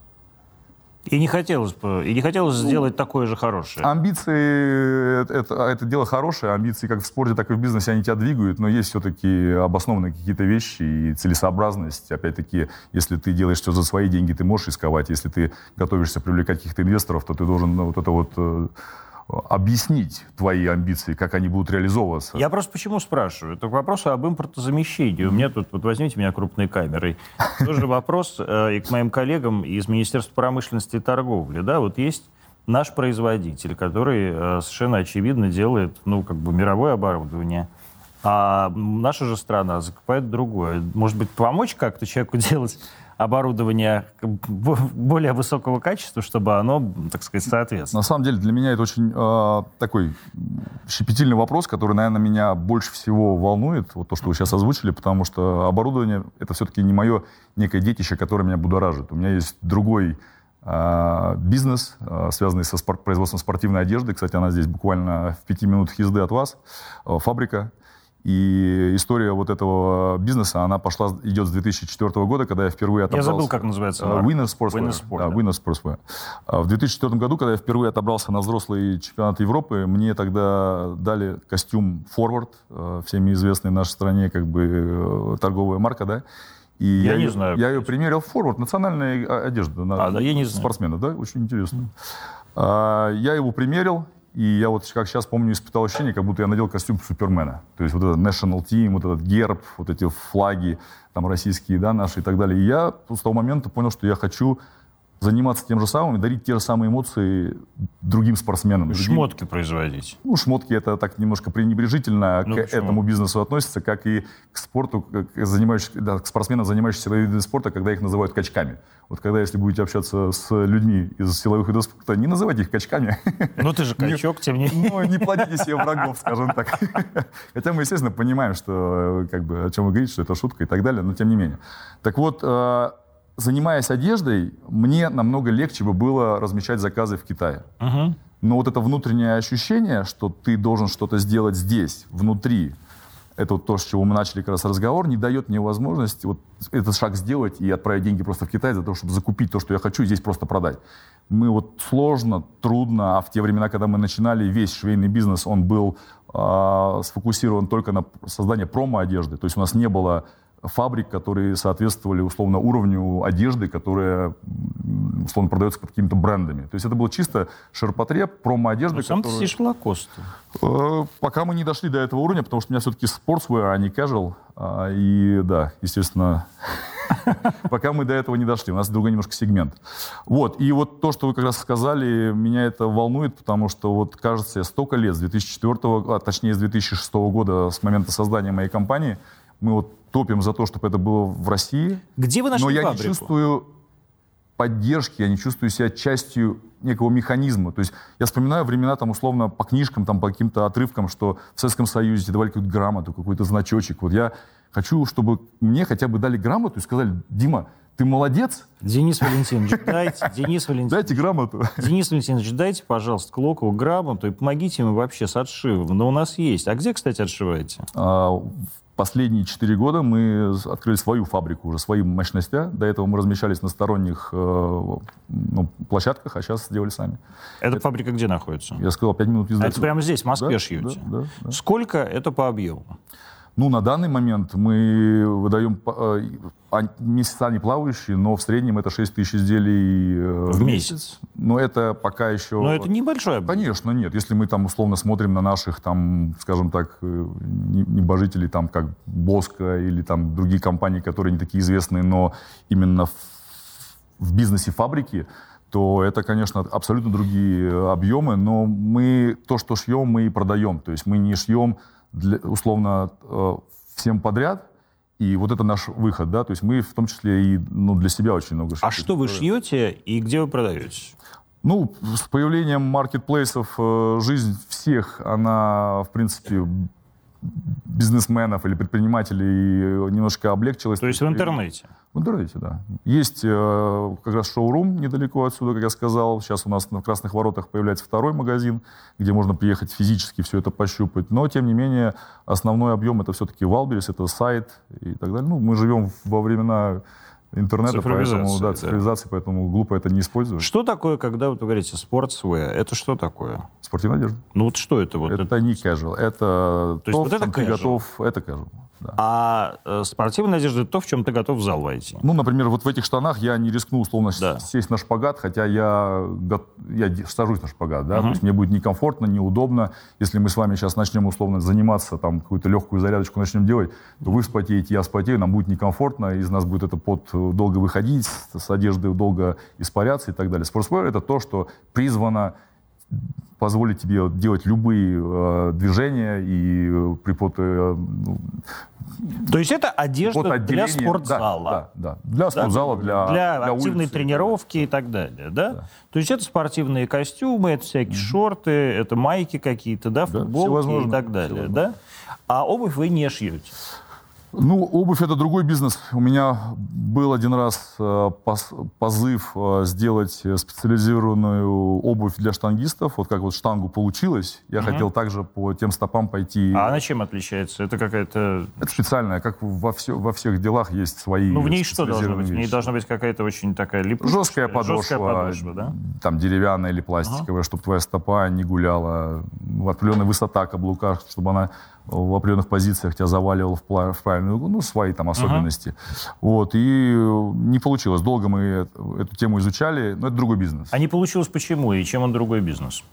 И не хотелось бы, и не хотелось ну, сделать такое же хорошее. Амбиции это, это, это дело хорошее, амбиции как в спорте, так и в бизнесе, они тебя двигают, но есть все-таки обоснованные какие-то вещи и целесообразность. Опять-таки, если ты делаешь все за свои деньги, ты можешь рисковать. Если ты готовишься привлекать каких-то инвесторов, то ты должен ну, вот это вот объяснить твои амбиции, как они будут реализовываться. Я просто почему спрашиваю? Это к вопросу об импортозамещении. У меня тут, вот возьмите меня крупной камерой. Тоже вопрос э, и к моим коллегам из Министерства промышленности и торговли. Да, вот есть наш производитель, который э, совершенно очевидно делает, ну, как бы мировое оборудование, а наша же страна закупает другое. Может быть, помочь как-то человеку делать оборудование более высокого качества, чтобы оно, так сказать, соответствовало? На самом деле для меня это очень э, такой щепетильный вопрос, который, наверное, меня больше всего волнует, вот то, что вы сейчас озвучили, потому что оборудование — это все-таки не мое некое детище, которое меня будоражит. У меня есть другой э, бизнес, э, связанный со спор- производством спортивной одежды. Кстати, она здесь буквально в пяти минутах езды от вас, э, фабрика. И история вот этого бизнеса, она пошла, идет с две тысячи четвёртого года, когда я впервые отобрался... Я забыл, как называется. Winner Sportswear. Winner Sport, да, да. Winner Sportswear. В две тысячи четвёртом году, когда я впервые отобрался на взрослый чемпионат Европы, мне тогда дали костюм Forward, всеми известный в нашей стране, как бы торговая марка, да? И я, я не ее, знаю. Я ее примерил в Forward, национальная одежда на а, да, я не спортсмена, да? Очень интересно. Mm. Я его примерил. И я вот, как сейчас помню, испытал ощущение, как будто я надел костюм Супермена. То есть вот этот National Team, вот этот герб, вот эти флаги там российские, да, наши и так далее. И я с того момента понял, что я хочу заниматься тем же самым и дарить те же самые эмоции другим спортсменам. Другим... Шмотки производить. Ну, шмотки — это так немножко пренебрежительно ну, к почему? Этому бизнесу относится, как и к спорту, к, занимающим, да, к спортсменам, занимающимся видами спорта, когда их называют качками. Вот когда, если будете общаться с людьми из силовых видов спорта, не называйте их качками. Ну, ты же качок, тем не менее. Ну, не плодите себе врагов, скажем так. Хотя мы, естественно, понимаем, что, как бы, о чем вы говорите, что это шутка и так далее, но тем не менее. Так вот, занимаясь одеждой, мне намного легче бы было размещать заказы в Китае. Угу. Но вот это внутреннее ощущение, что ты должен что-то сделать здесь, внутри, это вот то, с чего мы начали как раз разговор, не дает мне возможности вот этот шаг сделать и отправить деньги просто в Китай для того, чтобы закупить то, что я хочу, и здесь просто продать. Мы вот сложно, трудно, а в те времена, когда мы начинали, весь швейный бизнес, он был э, сфокусирован только на создании промо-одежды. То есть у нас не было фабрик, которые соответствовали условно уровню одежды, которая условно продается под какими-то брендами. То есть это было чисто ширпотреб, промо-одежда. Ну, сам ты сидишь лакост. Э, пока мы не дошли до этого уровня, потому что у меня все-таки sportswear, а не casual. А, и да, естественно, пока мы до этого не дошли. У нас другой немножко сегмент. Вот. И вот то, что вы как раз сказали, меня это волнует, потому что вот, кажется, я столько лет, с две тысячи четвёртого, а точнее с две тысячи шестого года, с момента создания моей компании, мы вот топим за то, чтобы это было в России. Где вы нашли фабрику? Но я фабрику? не чувствую поддержки, я не чувствую себя частью некого механизма. То есть я вспоминаю времена, там, условно, по книжкам, там, по каким-то отрывкам, что в Советском Союзе тебе давали какую-то грамоту, какой-то значочек. Вот я хочу, чтобы мне хотя бы дали грамоту и сказали: Дима, ты молодец. Денис Валентинович, дайте, Денис Валентинович. Дайте грамоту. Денис Валентинович, дайте, пожалуйста, Клокову грамоту и помогите ему вообще с отшивом. Но у нас есть. А где, кстати, отшиваете? А, Последние четыре года мы открыли свою фабрику, уже свои мощности. До этого мы размещались на сторонних э, ну, площадках, а сейчас сделали сами. Эта это, фабрика где находится? Я сказал, пять минут езды. А это прямо здесь, в Москве, да, шьете? Да, да, да. Сколько это по объему? Ну, на данный момент мы выдаем э, месяца не плавающие, но в среднем это шесть тысяч изделий э, в месяц. Но это пока еще... Но это небольшой объем. Конечно, нет. Если мы там условно смотрим на наших, там, скажем так, небожителей, там, как Боско или там другие компании, которые не такие известные, но именно в, в бизнесе фабрики, то это, конечно, абсолютно другие объемы. Но мы то, что шьем, мы и продаем. То есть мы не шьем для, условно, всем подряд, И вот это наш выход, да, то есть мы в том числе и ну, для себя очень много шьем. А что вы шьете и где вы продаете? Ну, с появлением маркетплейсов э, жизнь всех, она, в принципе, бизнесменов или предпринимателей немножко облегчилась. То есть в интернете? В интернете, да. Есть э, как раз шоурум недалеко отсюда, как я сказал. Сейчас у нас на Красных Воротах появляется второй магазин, где можно приехать физически все это пощупать. Но, тем не менее, основной объем это все-таки Валберес, это сайт и так далее. Ну, мы живем во времена интернета, поэтому, да, цифровизации, да. Поэтому глупо это не использовать. Что такое, когда вот вы говорите sportswear? Это что такое? Спортивная одежда. Ну вот что это? Вот это, это не casual, это то, то, есть, в вот чем это ты готов, это casual. Да. А э, спортивная одежда — это то, в чем ты готов в зал войти. Ну, например, вот в этих штанах я не рискну условно да. сесть на шпагат, хотя я, я сажусь на шпагат, да, uh-huh. то есть мне будет некомфортно, неудобно. Если мы с вами сейчас начнем условно заниматься, там, какую-то легкую зарядочку начнем делать, то вы вспотеете, я вспотею, нам будет некомфортно, из нас будет это пот долго выходить, с одежды долго испаряться и так далее. Sportswear — это то, что призвано позволить тебе делать любые э, движения и э, при под... Э, То есть это одежда для спортзала? Да, да, да. Для спортзала, да? для, для, для активной улицы, тренировки и так далее, да? да? То есть это спортивные костюмы, это всякие mm-hmm. шорты, это майки какие-то, да, футболки да, и так далее, да? А обувь вы не шьете? Ну, обувь — это другой бизнес. У меня был один раз э, позыв э, сделать специализированную обувь для штангистов. Вот как вот штангу получилось, я угу. хотел также по тем стопам пойти. А она чем отличается? Это какая-то... Это специальная, как во, все, во всех делах есть свои... Ну, в ней что должно быть? В ней должна быть какая-то очень такая липучая... Жесткая подошва, Жесткая подошва да? Там деревянная или пластиковая, ага. чтобы твоя стопа не гуляла. Определенная высота каблука, чтобы она в определенных позициях тебя заваливал в, в правильную, ну, свои там особенности. Uh-huh. Вот, и не получилось. Долго мы эту тему изучали, но это другой бизнес. А не получилось почему? И чем он другой бизнес?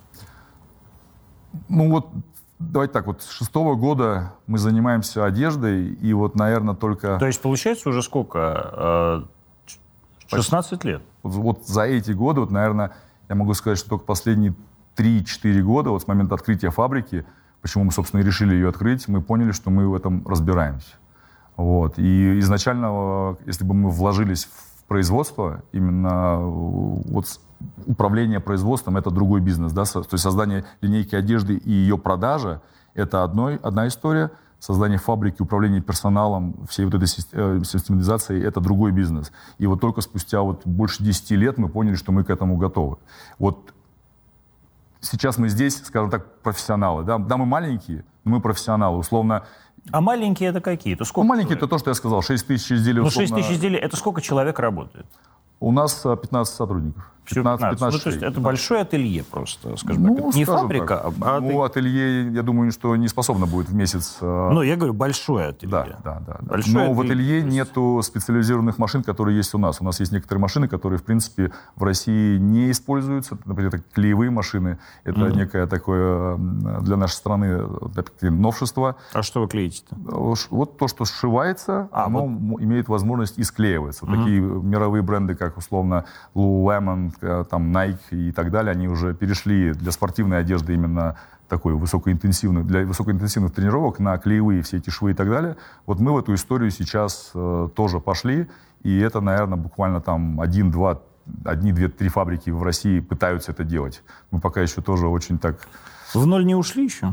Ну вот, давайте так, вот с шестого года мы занимаемся одеждой, и вот, наверное, только... То есть, получается, уже сколько? шестнадцать лет? Вот, вот за эти годы, вот, наверное, я могу сказать, что только последние три-четыре года, вот с момента открытия фабрики, почему мы, собственно, и решили ее открыть, мы поняли, что мы в этом разбираемся. Вот. И изначально, если бы мы вложились в производство, именно вот управление производством — это другой бизнес. Да? То есть создание линейки одежды и ее продажа — это одной, одна история. Создание фабрики, управление персоналом, всей вот этой систематизацией — это другой бизнес. И вот только спустя вот больше десяти лет мы поняли, что мы к этому готовы. Вот сейчас мы здесь, скажем так, профессионалы. Да, да мы маленькие, но мы профессионалы. Условно... А маленькие это какие? Это сколько? Ну, маленькие — это то, что я сказал, шесть тысяч изделий. Ну, шесть тысяч изделий — это сколько человек работает? У нас пятнадцать сотрудников. пятнадцать, пятнадцать, ну, то есть это да. большое ателье просто, скажем ну, так. Это не фабрика, так. а... Ну, ателье, я думаю, что не способно будет в месяц... Ну, я говорю, большое ателье. Да, да, да. Большое Но ателье, в ателье есть... нету специализированных машин, которые есть у нас. У нас есть некоторые машины, которые, в принципе, в России не используются. Например, это клеевые машины. Это mm-hmm. некое такое для нашей страны новшество. А что вы клеите-то? Вот то, что сшивается, а, оно вот... имеет возможность и склеиваться. Mm-hmm. Такие мировые бренды, как, условно, Lululemon, там, Nike и так далее, они уже перешли для спортивной одежды именно такой высокоинтенсивной, для высокоинтенсивных тренировок на клеевые все эти швы и так далее. Вот мы в эту историю сейчас э, тоже пошли, и это, наверное, буквально там один, два, одни, две, три фабрики в России пытаются это делать. Мы пока еще тоже очень так... В ноль не ушли еще?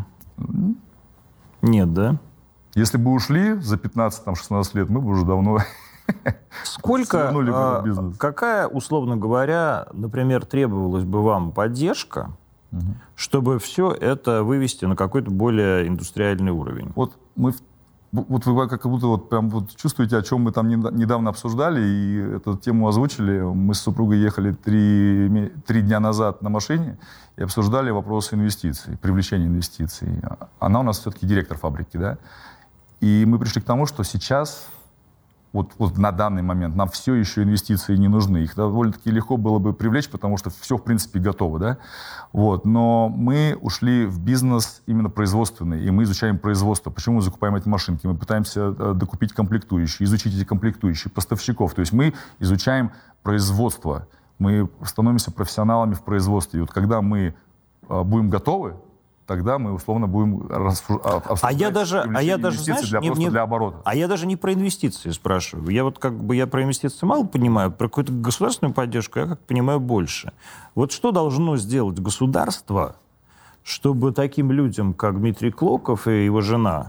Нет, да? Если бы ушли за пятнадцать-шестнадцать лет, мы бы уже давно... Сколько, а, какая, условно говоря, например, требовалась бы вам поддержка, угу. чтобы все это вывести на какой-то более индустриальный уровень? Вот мы, вот вы как будто вот прям вот чувствуете, о чем мы там недавно обсуждали и эту тему озвучили. Мы с супругой ехали три, три дня назад на машине и обсуждали вопросы инвестиций, привлечения инвестиций. Она у нас все-таки директор фабрики, да? И мы пришли к тому, что сейчас... Вот, вот на данный момент нам все еще инвестиции не нужны. Их довольно-таки легко было бы привлечь, потому что все, в принципе, готово. Да? Вот. Но мы ушли в бизнес именно производственный, и мы изучаем производство. Почему мы закупаем эти машинки? Мы пытаемся докупить комплектующие, изучить эти комплектующие, поставщиков. То есть мы изучаем производство. Мы становимся профессионалами в производстве. И вот когда мы будем готовы, тогда мы условно будем обсуждать а я даже, а я даже, знаешь, для, не, просто не, для оборота. А я даже не про инвестиции спрашиваю. Я вот как бы я про инвестиции мало понимаю, про какую-то государственную поддержку я как понимаю больше. Вот что должно сделать государство, чтобы таким людям, как Дмитрий Клоков и его жена,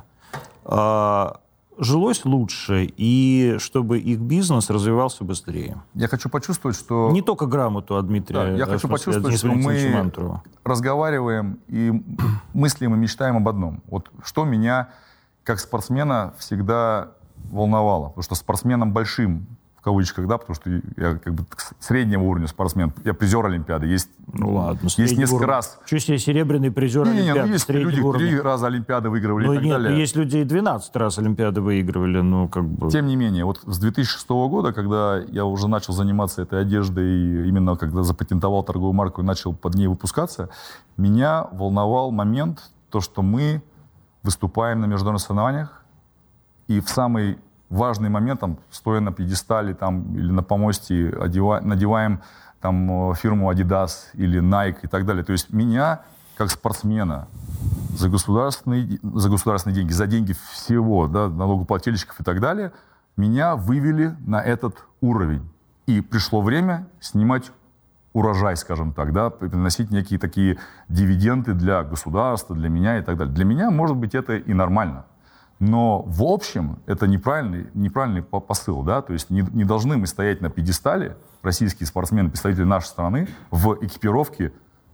жилось лучше, и чтобы их бизнес развивался быстрее? Я хочу почувствовать, что... Не только грамоту от Дмитрия. Да, я хочу почувствовать, что мы Мантурова. разговариваем и мыслим и мечтаем об одном. Вот что меня, как спортсмена, всегда волновало. Потому что спортсменом большим, в кавычках, да, потому что я как бы среднего уровня спортсмен, я призер Олимпиады. Есть, ну ладно, есть несколько уровень. раз... Чуть себе серебряный призер не, Олимпиады. Не, ну есть люди, три раза Олимпиады выигрывали ну, и так нет, далее. Ну, есть люди и двенадцать раз Олимпиады выигрывали, ну, как бы... Тем не менее, вот с две тысячи шестого года, когда я уже начал заниматься этой одеждой, и именно когда запатентовал торговую марку и начал под ней выпускаться, меня волновал момент, то, что мы выступаем на международных соревнованиях, и в самый важный момент, там, стоя на пьедестале там, или на помосте, одева, надеваем там, фирму Adidas или Nike и так далее. То есть меня, как спортсмена, за государственные, за государственные деньги, за деньги всего, да, налогоплательщиков и так далее, меня вывели на этот уровень. И пришло время снимать урожай, скажем так, да, приносить некие такие дивиденды для государства, для меня и так далее. Для меня, может быть, это и нормально. Но в общем это неправильный, неправильный посыл. Да? То есть не, не должны мы стоять на пьедестале, российские спортсмены, представители нашей страны, в экипировке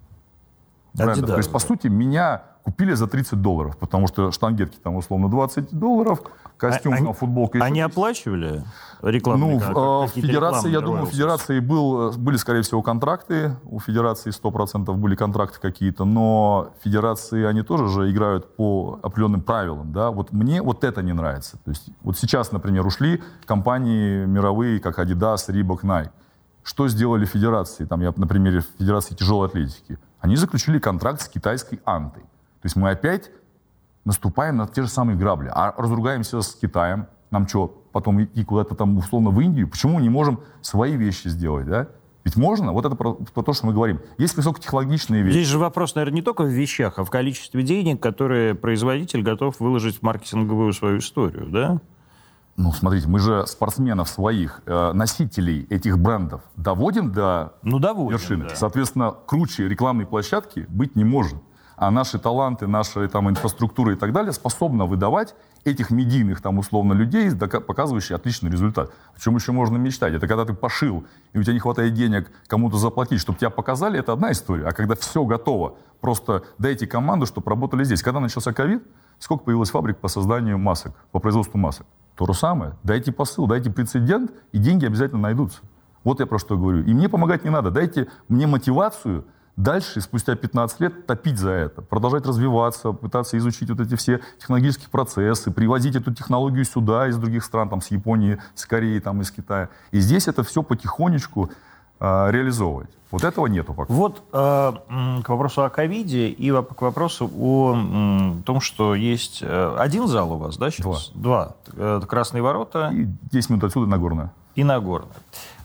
брендов. То есть, по сути, меня купили за тридцать долларов, потому что штангетки там условно двадцать долларов, костюм, а, там, футболка... Они оплачивали рекламные? Ну, в федерации, я думаю, в федерации был, были, скорее всего, контракты, у федерации сто процентов были контракты какие-то, но федерации, они тоже же играют по определенным правилам, да, вот мне вот это не нравится. То есть вот сейчас, например, ушли компании мировые, как Adidas, Reebok, Nike. Что сделали федерации? Там я на примере Федерации тяжелой атлетики. Они заключили контракт с китайской Антой. То есть мы опять наступаем на те же самые грабли. А разругаемся с Китаем. Нам что, потом идти куда-то там условно в Индию? Почему не можем свои вещи сделать, да? Ведь можно. Вот это про, про то, что мы говорим. Есть высокотехнологичные вещи. Здесь же вопрос, наверное, не только в вещах, а в количестве денег, которые производитель готов выложить в маркетинговую свою историю, да? Ну, смотрите, мы же спортсменов своих, э, носителей этих брендов доводим до ну, доводим, вершины. Да. Соответственно, круче рекламной площадки быть не может. А наши таланты, наша там, инфраструктура и так далее способна выдавать этих медийных, там, условно, людей, показывающих отличный результат. О чем еще можно мечтать? Это когда ты пошил, и у тебя не хватает денег кому-то заплатить, чтобы тебя показали, это одна история. А когда все готово, просто дайте команду, чтобы работали здесь. Когда начался ковид, сколько появилось фабрик по созданию масок, по производству масок? То же самое. Дайте посыл, дайте прецедент, и деньги обязательно найдутся. Вот я про что говорю. И мне помогать не надо. Дайте мне мотивацию дальше, спустя пятнадцать лет, топить за это, продолжать развиваться, пытаться изучить вот эти все технологические процессы, привозить эту технологию сюда из других стран, там, с Японии, с Кореи, там, из Китая. И здесь это все потихонечку э, реализовывать. Вот этого нету пока. Вот э, к вопросу о ковиде и к вопросу о м, том, что есть один зал у вас, да, сейчас? Два. Два. Это Красные ворота. И десять минут отсюда Нагорная. И Нагорная.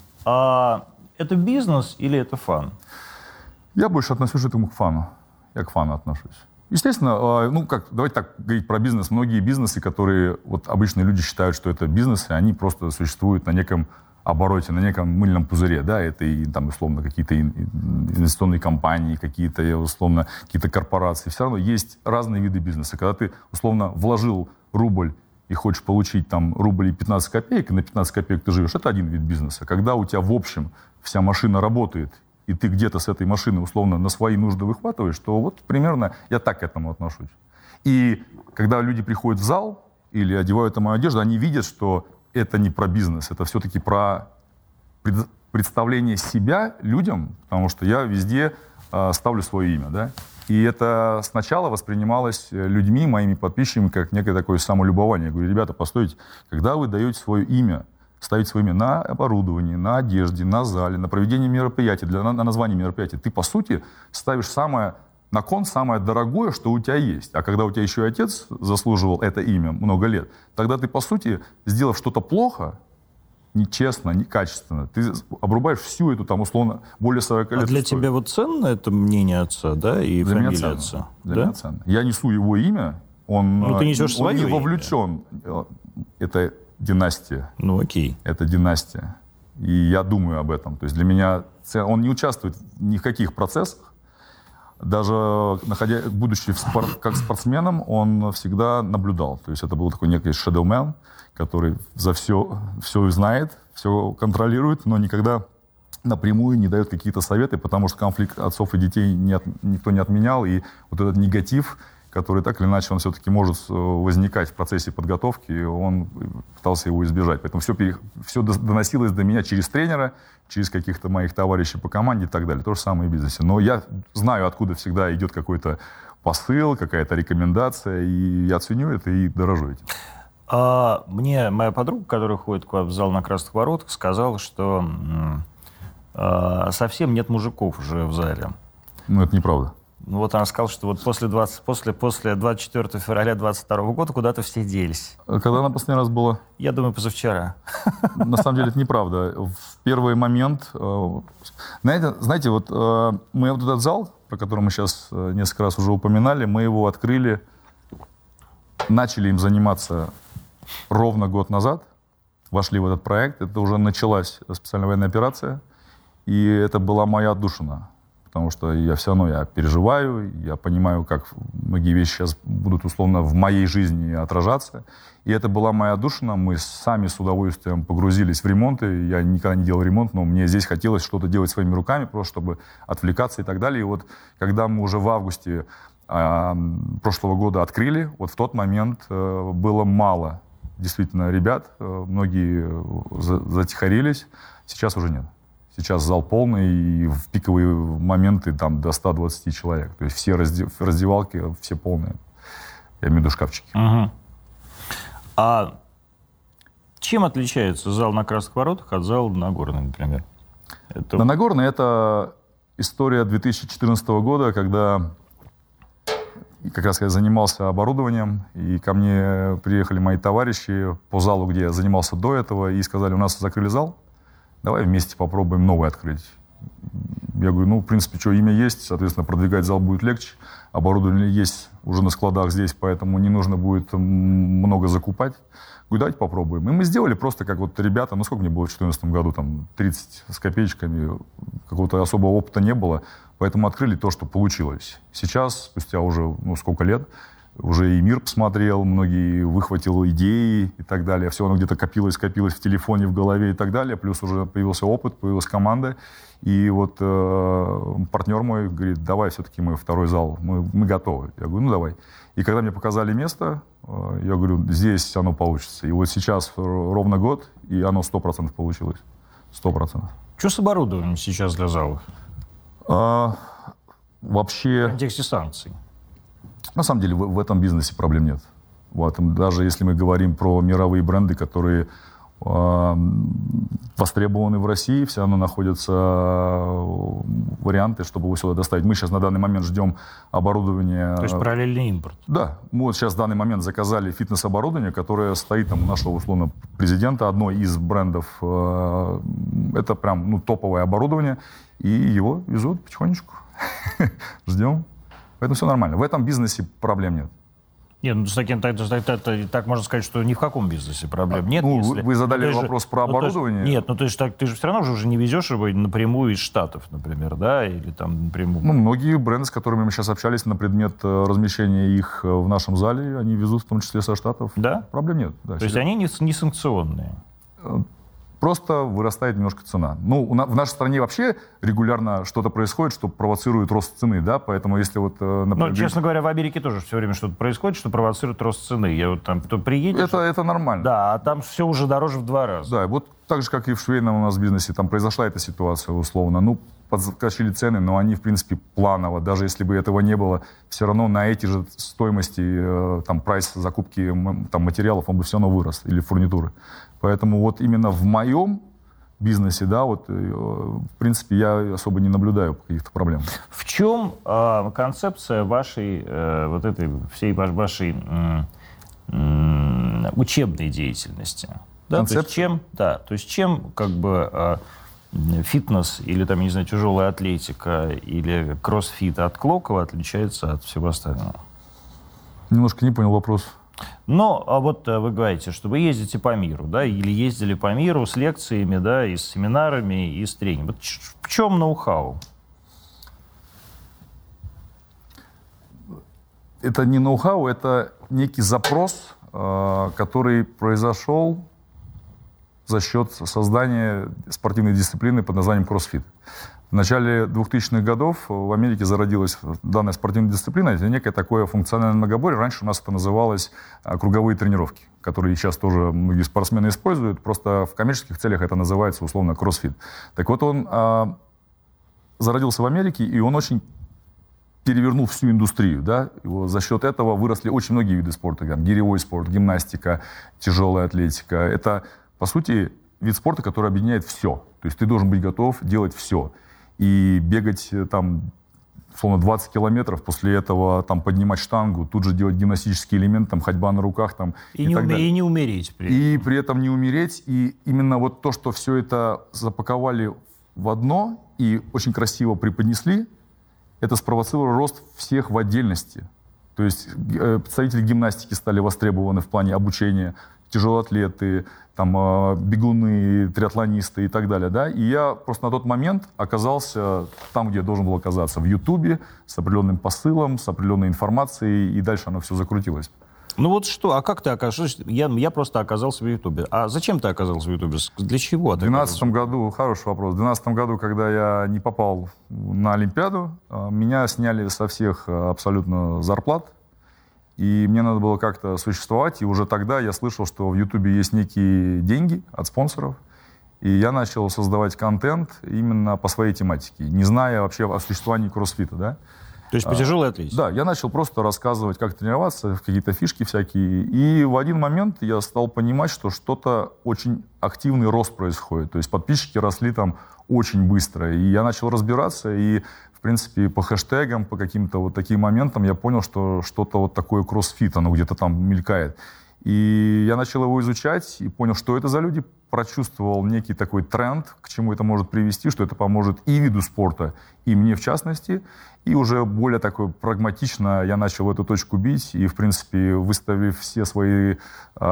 А это бизнес или это фан? Я больше отношусь к этому к фану. Я к фану отношусь. Естественно, ну как, давайте так говорить про бизнес. Многие бизнесы, которые вот обычные люди считают, что это бизнесы, они просто существуют на неком обороте, на неком мыльном пузыре. Да? Это и там условно какие-то инвестиционные компании, какие-то условно какие-то корпорации. Все равно есть разные виды бизнеса. Когда ты условно вложил рубль и хочешь получить там рубль и пятнадцать копеек, и на пятнадцать копеек ты живешь, это один вид бизнеса. Когда у тебя в общем вся машина работает, и ты где-то с этой машины условно на свои нужды выхватываешь, то вот примерно я так к этому отношусь. И когда люди приходят в зал или одевают там мою одежду, они видят, что это не про бизнес, это все-таки про пред, представление себя людям, потому что я везде э, ставлю свое имя, да. И это сначала воспринималось людьми, моими подписчиками, как некое такое самолюбование. Я говорю, ребята, постойте, когда вы даете свое имя, ставить свое имя на оборудовании, на одежде, на зале, на проведение мероприятий, для, на, на название мероприятия, ты, по сути, ставишь самое, на кон самое дорогое, что у тебя есть. А когда у тебя еще и отец заслуживал это имя много лет, тогда ты, по сути, сделав что-то плохо, нечестно, некачественно. Ты обрубаешь всю эту, там, условно, более сорока лет. А для историю. тебя вот ценно это мнение отца, да, и для фамилия меня ценно. отца? Для да? меня ценно. Я несу его имя, он, Ну, ты несешь он свое не имя. вовлечен. Это династия. Ну, окей. Это династия. И я думаю об этом. То есть для меня он не участвует ни в каких процессах. Даже находя, будучи в спор, как спортсменом, он всегда наблюдал. То есть это был такой некий shadowman, который за все, все знает, все контролирует, но никогда напрямую не дает какие-то советы, потому что конфликт отцов и детей не от, никто не отменял. И вот этот негатив, который так или иначе он все-таки может возникать в процессе подготовки, он пытался его избежать. Поэтому все, пере... все доносилось до меня через тренера, через каких-то моих товарищей по команде и так далее. То же самое и в бизнесе. Но я знаю, откуда всегда идет какой-то посыл, какая-то рекомендация, и я ценю это и дорожу этим. А мне моя подруга, которая ходит к вам в зал на Красных Воротах, сказала, что а, совсем нет мужиков уже в зале. Ну, это неправда. Ну, вот она сказала, что вот после, двадцать, после, после двадцать четвёртого февраля двадцать второго года куда-то все делись. Когда она последний раз была? Я думаю, позавчера. На самом деле это неправда. В первый момент... Знаете, знаете, вот мы вот этот зал, про который мы сейчас несколько раз уже упоминали, мы его открыли, начали им заниматься ровно год назад, вошли в этот проект, это уже началась специальная военная операция, и это была моя отдушина. Потому что я все равно я переживаю, я понимаю, как многие вещи сейчас будут условно в моей жизни отражаться. И это была моя отдушина. Мы сами с удовольствием погрузились в ремонты. Я никогда не делал ремонт, но мне здесь хотелось что-то делать своими руками, просто чтобы отвлекаться и так далее. И вот когда мы уже в августе э, прошлого года открыли, вот в тот момент э, было мало действительно ребят. Э, многие за, затихарились. Сейчас уже нет. Сейчас зал полный, и в пиковые моменты там до ста двадцати человек. То есть все раздев... раздевалки, все полные. Я имею в виду шкафчики. Угу. А чем отличается зал на Красных Воротах от зала на Нагорной, например? Это... На Нагорной это история две тысячи четырнадцатого года, когда как раз я занимался оборудованием, и ко мне приехали мои товарищи по залу, где я занимался до этого, и сказали, у нас закрыли зал, давай вместе попробуем новый открыть. Я говорю, ну, в принципе, что, имя есть, соответственно, продвигать зал будет легче. Оборудование есть уже на складах здесь, поэтому не нужно будет много закупать. Говорю, давайте попробуем. И мы сделали просто как вот ребята, ну, сколько мне было в две тысячи четырнадцатом году, там, тридцать с копеечками, какого-то особого опыта не было, поэтому открыли то, что получилось. Сейчас, спустя уже, ну, сколько лет, уже и мир посмотрел, многие выхватил идеи и так далее. Все оно где-то копилось, копилось в телефоне, в голове и так далее. Плюс уже появился опыт, появилась команда. И вот э, партнер мой говорит, давай все-таки мы второй зал, мы, мы готовы. Я говорю, ну давай. И когда мне показали место, э, я говорю, здесь оно получится. И вот сейчас ровно год, и оно сто процентов получилось. Сто процентов. Что с оборудованием сейчас для залов? А, вообще... В контексте санкций. На самом деле в, в этом бизнесе проблем нет. Вот, даже если мы говорим про мировые бренды, которые э, востребованы в России, все равно находятся варианты, чтобы его сюда доставить. Мы сейчас на данный момент ждем оборудования. То есть параллельный импорт? Да. Мы вот сейчас в данный момент заказали фитнес-оборудование, которое стоит там у нашего, условно, президента, одной из брендов. Э, это прям ну, топовое оборудование. И его везут потихонечку. Ждем. Поэтому все нормально. В этом бизнесе проблем нет. Нет, ну, с таким, так, так, так, так, так можно сказать, что ни в каком бизнесе проблем нет. Ну, если... вы задали ну, вопрос же, про ну, оборудование. Есть, нет, ну ты же, так, ты же все равно же уже не везешь его напрямую из Штатов, например, да, или там напрямую. Ну, многие бренды, с которыми мы сейчас общались на предмет размещения их в нашем зале, они везут в том числе со Штатов. Да? Проблем нет. Да, То есть они не, не санкционные? Просто вырастает немножко цена. Ну, в нашей стране вообще регулярно что-то происходит, что провоцирует рост цены, да, поэтому если вот... Например... Ну, честно говоря, в Америке тоже все время что-то происходит, что провоцирует рост цены. Я вот там, кто приедет... Это, это нормально. Да, а там все уже дороже в два раза. Да, вот так же, как и в швейном у нас бизнесе, там произошла эта ситуация, условно. Ну, подскочили цены, но они, в принципе, планово. Даже если бы этого не было, все равно на эти же стоимости, там, прайс закупки там, материалов, он бы все равно вырос, или фурнитуры. Поэтому вот именно в моем бизнесе, да, вот, в принципе, я особо не наблюдаю каких-то проблем. В чем э, концепция вашей, э, вот этой всей вашей э, э, учебной деятельности? Да, то есть чем, да, то есть чем как бы фитнес или там, не знаю, тяжелая атлетика или кроссфит от Клокова отличается от всего остального? Немножко не понял вопрос. Ну, а вот вы говорите, что вы ездите по миру, да, или ездили по миру с лекциями, да, и с семинарами, и с тренингом. Вот в чем ноу-хау? Это не ноу-хау, это некий запрос, который произошел за счет создания спортивной дисциплины под названием кроссфит. В начале двухтысячных годов в Америке зародилась данная спортивная дисциплина. Это некое такое функциональное многоборье. Раньше у нас это называлось круговые тренировки, которые сейчас тоже многие спортсмены используют. Просто в коммерческих целях это называется условно кроссфит. Так вот, он а, зародился в Америке, и он очень перевернул всю индустрию. Да? Его, за счет этого выросли очень многие виды спорта. Там, гиревой спорт, гимнастика, тяжелая атлетика. Это, по сути, вид спорта, который объединяет все. То есть ты должен быть готов делать все. И бегать там, условно, двадцать километров, после этого там, поднимать штангу, тут же делать гимнастический элемент, там, ходьба на руках. Там, и, и, не так уме- далее. и не умереть при этом. И при этом не умереть. И именно вот то, что все это запаковали в одно и очень красиво преподнесли, это спровоцировало рост всех в отдельности. То есть э, представители гимнастики стали востребованы в плане обучения, тяжелоатлеты, там, э, бегуны, триатлонисты и так далее. Да? И я просто на тот момент оказался там, где я должен был оказаться, в Ютубе, с определенным посылом, с определенной информацией, и дальше оно все закрутилось. Ну вот что, а как ты оказался? Я, я просто оказался в Ютубе. А зачем ты оказался в Ютубе? Для чего? В две тысячи двенадцатом году, хороший вопрос, в две тысячи двенадцатом году, когда я не попал на Олимпиаду, меня сняли со всех абсолютно зарплат, и мне надо было как-то существовать, и уже тогда я слышал, что в Ютубе есть некие деньги от спонсоров, и я начал создавать контент именно по своей тематике, не зная вообще о существовании кроссфита, да. То есть по тяжелой атлетике? Да, я начал просто рассказывать, как тренироваться, какие-то фишки всякие. И в один момент я стал понимать, что что-то очень активный рост происходит. То есть подписчики росли там очень быстро. И я начал разбираться, и, в принципе, по хэштегам, по каким-то вот таким моментам я понял, что что-то вот такое кроссфит, оно где-то там мелькает. И я начал его изучать и понял, что это за люди, прочувствовал некий такой тренд, к чему это может привести, что это поможет и виду спорта, и мне в частности. И уже более такой прагматично я начал в эту точку бить. И, в принципе, выставив все свои э,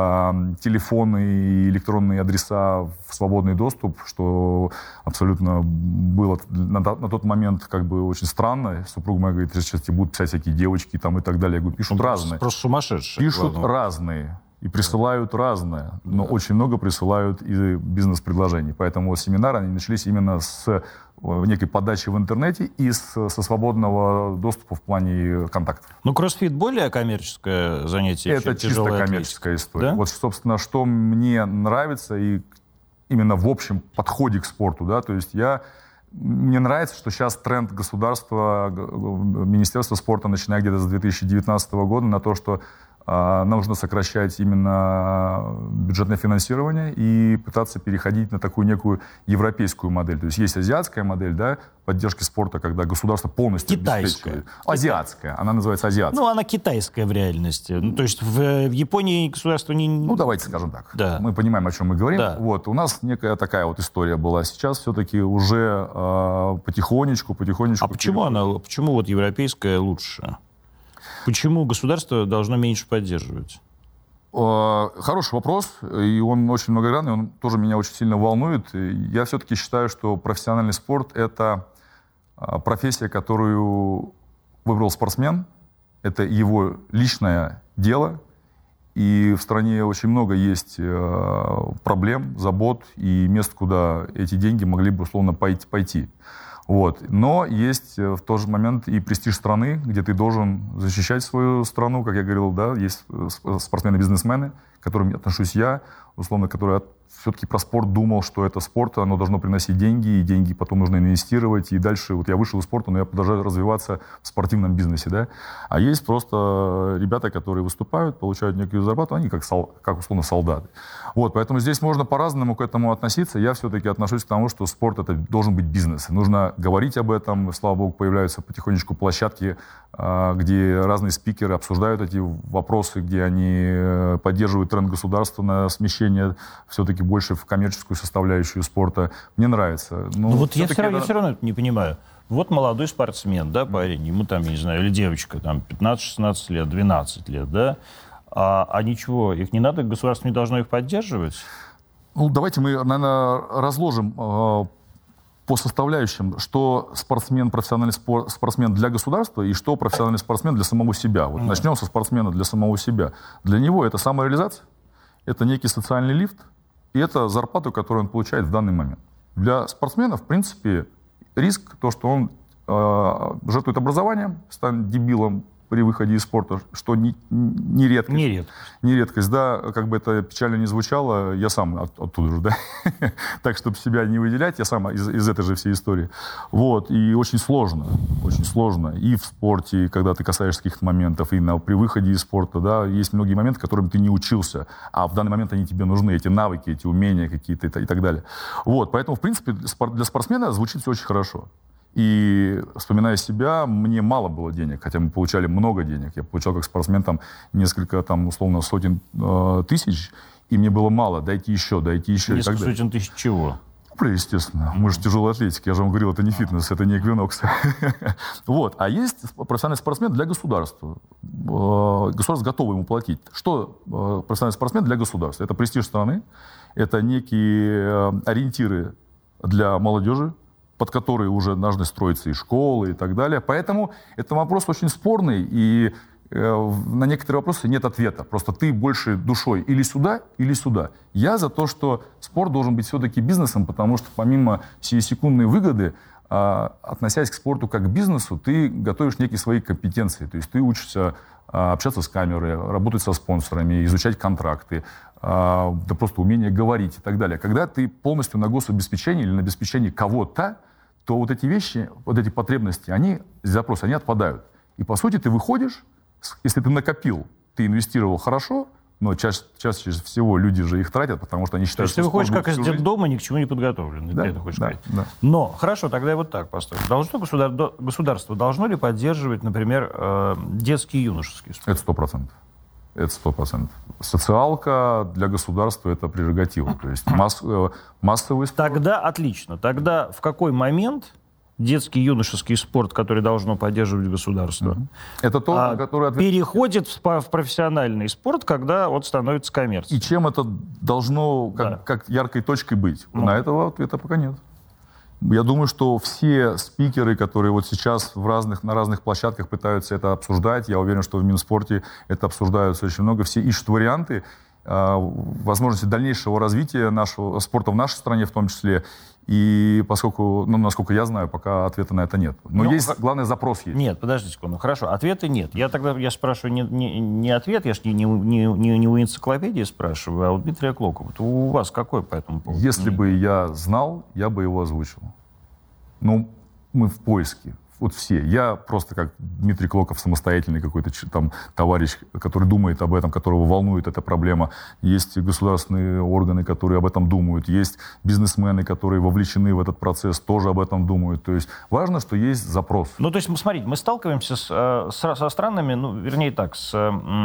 телефоны и электронные адреса в свободный доступ, что абсолютно было на, на тот момент как бы очень странно. Супруга моя говорит, сейчас тебе будут писать всякие девочки там и так далее. Я говорю, пишут ну, разные. Просто сумасшедшие. Пишут ладно. разные. И присылают разное, но Да. очень много присылают и бизнес-предложений. Поэтому вот семинары они начались именно с некой подачи в интернете и с, со свободного доступа в плане контактов. Ну, кроссфит более коммерческое занятие, Это чем чисто тяжелая коммерческая атлетика. история. Да? Вот, собственно, что мне нравится и именно в общем подходе к спорту, да, то есть я мне нравится, что сейчас тренд государства, Министерства спорта, начиная где-то с две тысячи девятнадцатого года, на то, что нам нужно сокращать именно бюджетное финансирование и пытаться переходить на такую некую европейскую модель. То есть есть азиатская модель, да, поддержки спорта, когда государство полностью Китайская. обеспечивает. Азиатская. Она называется азиатская. Ну, она китайская в реальности. Ну, то есть в, в Японии государство не... Ну, давайте скажем так. Да. Мы понимаем, о чем мы говорим. Да. Вот, у нас некая такая вот история была. Сейчас все-таки уже э, потихонечку, потихонечку... А почему она, почему вот европейская лучше? Почему государство должно меньше поддерживать? Хороший вопрос, и он очень многогранный, он тоже меня очень сильно волнует. Я все-таки считаю, что профессиональный спорт — это профессия, которую выбрал спортсмен, это его личное дело, и в стране очень много есть проблем, забот и мест, куда эти деньги могли бы условно пойти. Вот. Но есть в тот же момент и престиж страны, где ты должен защищать свою страну, как я говорил, да, есть спортсмены-бизнесмены, к которым отношусь я, условно, которые все-таки про спорт думал, что это спорт, оно должно приносить деньги, и деньги потом нужно инвестировать, и дальше вот я вышел из спорта, но я продолжаю развиваться в спортивном бизнесе, да. А есть просто ребята, которые выступают, получают некую зарплату, они как, сол, как условно солдаты. Вот, поэтому здесь можно по-разному к этому относиться. Я все-таки отношусь к тому, что спорт — это должен быть бизнес. Нужно говорить об этом. Слава богу, появляются потихонечку площадки, где разные спикеры обсуждают эти вопросы, где они поддерживают тренд государства на смещение все-таки больше в коммерческую составляющую спорта. Мне нравится. Но ну, вот я все, равно, это... я все равно это не понимаю. Вот молодой спортсмен, да, парень, ему там, я не знаю, или девочка, там, пятнадцать-шестнадцать лет, двенадцать лет, да, а, а ничего, их не надо, государство не должно их поддерживать? Ну, давайте мы, наверное, разложим э, по составляющим, что спортсмен, профессиональный спор, спортсмен для государства и что профессиональный спортсмен для самого себя. Вот mm. начнем со спортсмена для самого себя. Для него это самореализация, это некий социальный лифт, и это зарплата, которую он получает в данный момент. Для спортсмена, в принципе, риск, то, что он э, жертвует образованием, станет дебилом при выходе из спорта, что не, не редкость. Не редкость. Не редкость, да, как бы это печально не звучало, я сам от, оттуда же, да. Так, чтобы себя не выделять, я сам из, из этой же всей истории. Вот, и очень сложно, очень сложно. И в спорте, когда ты касаешься каких-то моментов, и на, при выходе из спорта, да, есть многие моменты, которым ты не учился, а в данный момент они тебе нужны, эти навыки, эти умения какие-то и, и так далее. Вот, поэтому, в принципе, для спортсмена звучит все очень хорошо. И, вспоминая себя, мне мало было денег, хотя мы получали много денег. Я получал как спортсмен там несколько, там, условно, сотен э, тысяч, и мне было мало. Дайте еще, дайте еще. Несколько сотен тысяч чего? Ну, естественно. Мы же тяжелая атлетика. Я же вам говорил, это не фитнес, это не эквинокс. Вот. А есть профессиональный спортсмен для государства. Государство готово ему платить. Что профессиональный спортсмен для государства? Это престиж страны, это некие ориентиры для молодежи, под которые уже должны строиться и школы, и так далее. Поэтому это вопрос очень спорный, и э, на некоторые вопросы нет ответа. Просто ты больше душой или сюда, или сюда. Я за то, что спорт должен быть все-таки бизнесом, потому что помимо сиюсекундной выгоды, э, относясь к спорту как к бизнесу, ты готовишь некие свои компетенции. То есть ты учишься э, общаться с камерой, работать со спонсорами, изучать контракты, э, да просто умение говорить и так далее. Когда ты полностью на гособеспечении или на обеспечении кого-то, то вот эти вещи, вот эти потребности, они, запросы, они отпадают. И, по сути, ты выходишь, если ты накопил, ты инвестировал хорошо, но чаще, чаще всего люди же их тратят, потому что они считают, что... То есть ты выходишь как из детдома, ни к чему не подготовленный, да, ты это хочешь да, сказать. Да. Но, хорошо, тогда я вот так поставлю. Должно государ... Государство должно ли поддерживать, например, э, детский и юношеский спорт? Это сто процентов. Это сто процентов. Социалка для государства — это прерогатива. То есть масс, массовый спорт... Тогда отлично. Тогда в какой момент детский юношеский спорт, который должно поддерживать государство, mm-hmm. это то, а, который ответ... переходит в, в профессиональный спорт, когда вот становится коммерцией? И чем это должно как, да. как яркой точкой быть? Ну. На этого ответа пока нет. Я думаю, что все спикеры, которые вот сейчас в разных, на разных площадках пытаются это обсуждать, я уверен, что в Минспорте это обсуждается очень много, все ищут варианты э, возможности дальнейшего развития нашего спорта в нашей стране в том числе. И поскольку, ну, насколько я знаю, пока ответа на это нет. Но ну, есть, главный запрос есть. Нет, подождите секунду. Хорошо, ответа нет. Я тогда я спрашиваю не, не, не ответ, я же не, не, не, не у энциклопедии спрашиваю, а у Дмитрия Клокова. Вот у вас какой по этому поводу? Если бы я знал, я бы его озвучил. Но мы в поиске. Вот все. Я просто как Дмитрий Клоков, самостоятельный какой-то там товарищ, который думает об этом, которого волнует эта проблема. Есть государственные органы, которые об этом думают. Есть бизнесмены, которые вовлечены в этот процесс, тоже об этом думают. То есть важно, что есть запрос. Ну, то есть, смотрите, мы сталкиваемся с, с, со странами, ну, вернее так, с...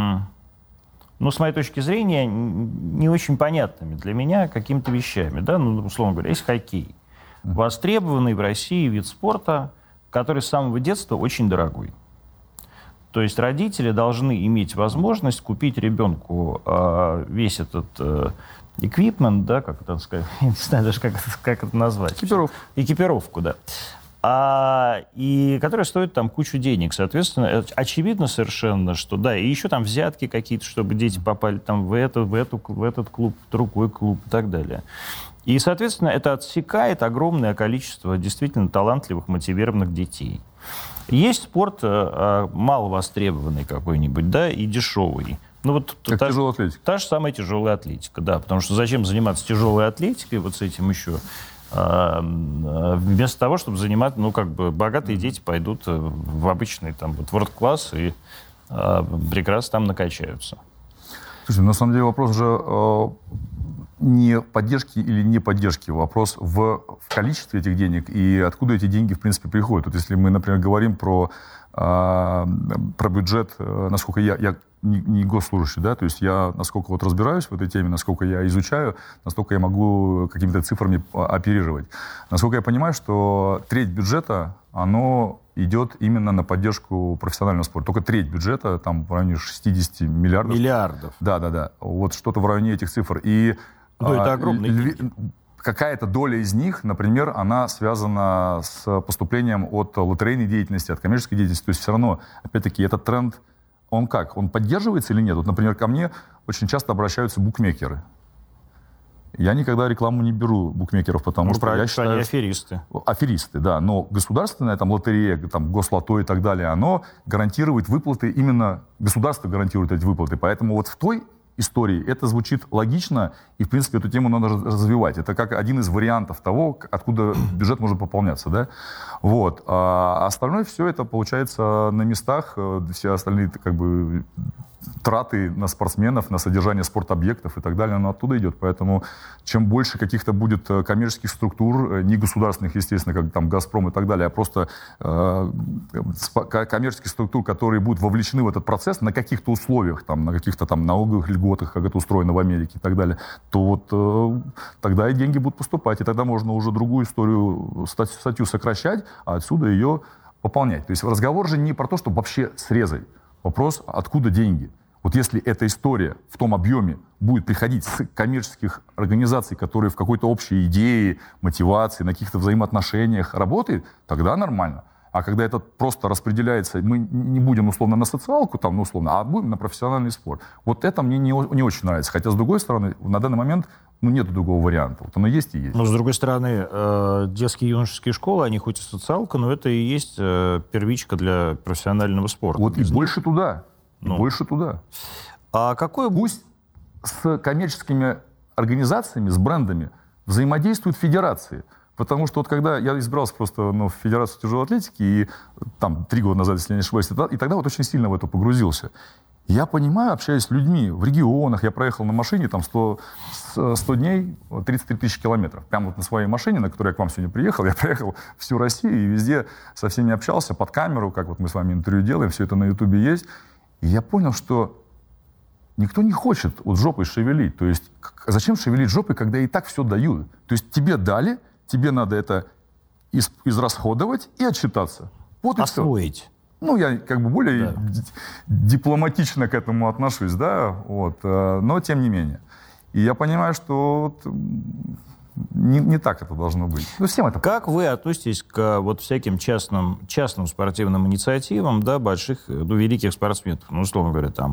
ну, с моей точки зрения, не очень понятными для меня какими-то вещами. Да? Ну, условно говоря, есть хоккей. Востребованный в России вид спорта, который с самого детства очень дорогой. То есть родители должны иметь возможность купить ребенку э, весь этот э, эквипмент, да, как это сказать, я не знаю даже, как, как это назвать. Экипировку. Экипировку, да. А, и которая стоит там кучу денег. Соответственно, очевидно совершенно, что да, и еще там взятки какие-то, чтобы дети попали там в, это, в, эту, в этот клуб, в другой клуб и так далее. И, соответственно, это отсекает огромное количество действительно талантливых, мотивированных детей. Есть спорт э, маловостребованный какой-нибудь, да, и дешевый. Ну, вот как та, тяжелая атлетика. Та же самая тяжелая атлетика, да. Потому что зачем заниматься тяжелой атлетикой, вот с этим еще, э, вместо того, чтобы заниматься, ну, как бы, богатые mm-hmm. дети пойдут в обычный, там, вот, world-класс и э, прекрасно там накачаются. Слушай, на самом деле вопрос же... Э... не поддержки или не поддержки. Вопрос в, в количестве этих денег и откуда эти деньги, в принципе, приходят. Вот если мы, например, говорим про а, про бюджет, насколько я, я не, не госслужащий, да, то есть я, насколько вот разбираюсь в этой теме, насколько я изучаю, настолько я могу какими-то цифрами оперировать. Насколько я понимаю, что треть бюджета, оно идет именно на поддержку профессионального спорта. Только треть бюджета, там в районе шестьдесят миллиардов. Миллиардов. Да, да, да. Вот что-то в районе этих цифр. И ну, это огромные деньги. Какая-то доля из них, например, она связана с поступлением от лотерейной деятельности, от коммерческой деятельности. То есть все равно, опять-таки, этот тренд, он как? Он поддерживается или нет? Вот, например, ко мне очень часто обращаются букмекеры. Я никогда рекламу не беру букмекеров, потому ну, что я считаю... Они аферисты. Аферисты, да. Но государственная там, лотерея, там, гослото и так далее, оно гарантирует выплаты, именно государство гарантирует эти выплаты. Поэтому вот в той истории это звучит логично, и, в принципе, эту тему надо развивать. Это как один из вариантов того, откуда бюджет может пополняться, да? Вот. А остальное все это получается на местах, все остальные, как бы, траты на спортсменов, на содержание спортобъектов и так далее, оно оттуда идет. Поэтому чем больше каких-то будет коммерческих структур, не государственных, естественно, как там «Газпром» и так далее, а просто э, коммерческих структур, которые будут вовлечены в этот процесс на каких-то условиях, там, на каких-то там налоговых льготах, как это устроено в Америке и так далее, то вот э, тогда и деньги будут поступать. И тогда можно уже другую историю, статью сокращать, а отсюда ее пополнять. То есть разговор же не про то, чтобы вообще срезать. Вопрос, откуда деньги? Вот если эта история в том объеме будет приходить с коммерческих организаций, которые в какой-то общей идее, мотивации, на каких-то взаимоотношениях работают, тогда нормально. А когда это просто распределяется, мы не будем условно на социалку, там, ну, условно, а будем на профессиональный спорт. Вот это мне не, не очень нравится. Хотя, с другой стороны, на данный момент ну, нет другого варианта. Вот оно есть и есть. Но, с другой стороны, э, детские и юношеские школы, они хоть и социалка, но это и есть э, первичка для профессионального спорта. Вот и больше туда. Ну. Больше туда. А какой... Пусть с коммерческими организациями, с брендами взаимодействуют федерации. Потому что вот когда я избрался просто ну, в Федерацию тяжелой атлетики, и там три года назад, если я не ошибаюсь, и тогда вот очень сильно в это погрузился. Я понимаю, общаясь с людьми в регионах, я проехал на машине там сто, сто дней, тридцать три тысячи километров. Прямо вот на своей машине, на которой я к вам сегодня приехал, я проехал всю Россию и везде со всеми общался под камеру, как вот мы с вами интервью делаем, все это на Ютубе есть. И я понял, что никто не хочет вот жопой шевелить. То есть зачем шевелить жопой, когда и так все дают? То есть тебе дали, тебе надо это из, израсходовать и отчитаться. Вот и освоить. Все. Ну, я как бы более да. дипломатично к этому отношусь, да, вот, но тем не менее. И я понимаю, что вот, не, не так это должно быть. Ну, всем это... Как вы относитесь к вот всяким частным, частным спортивным инициативам, да, больших, ну, великих спортсменов, ну, условно говоря, там,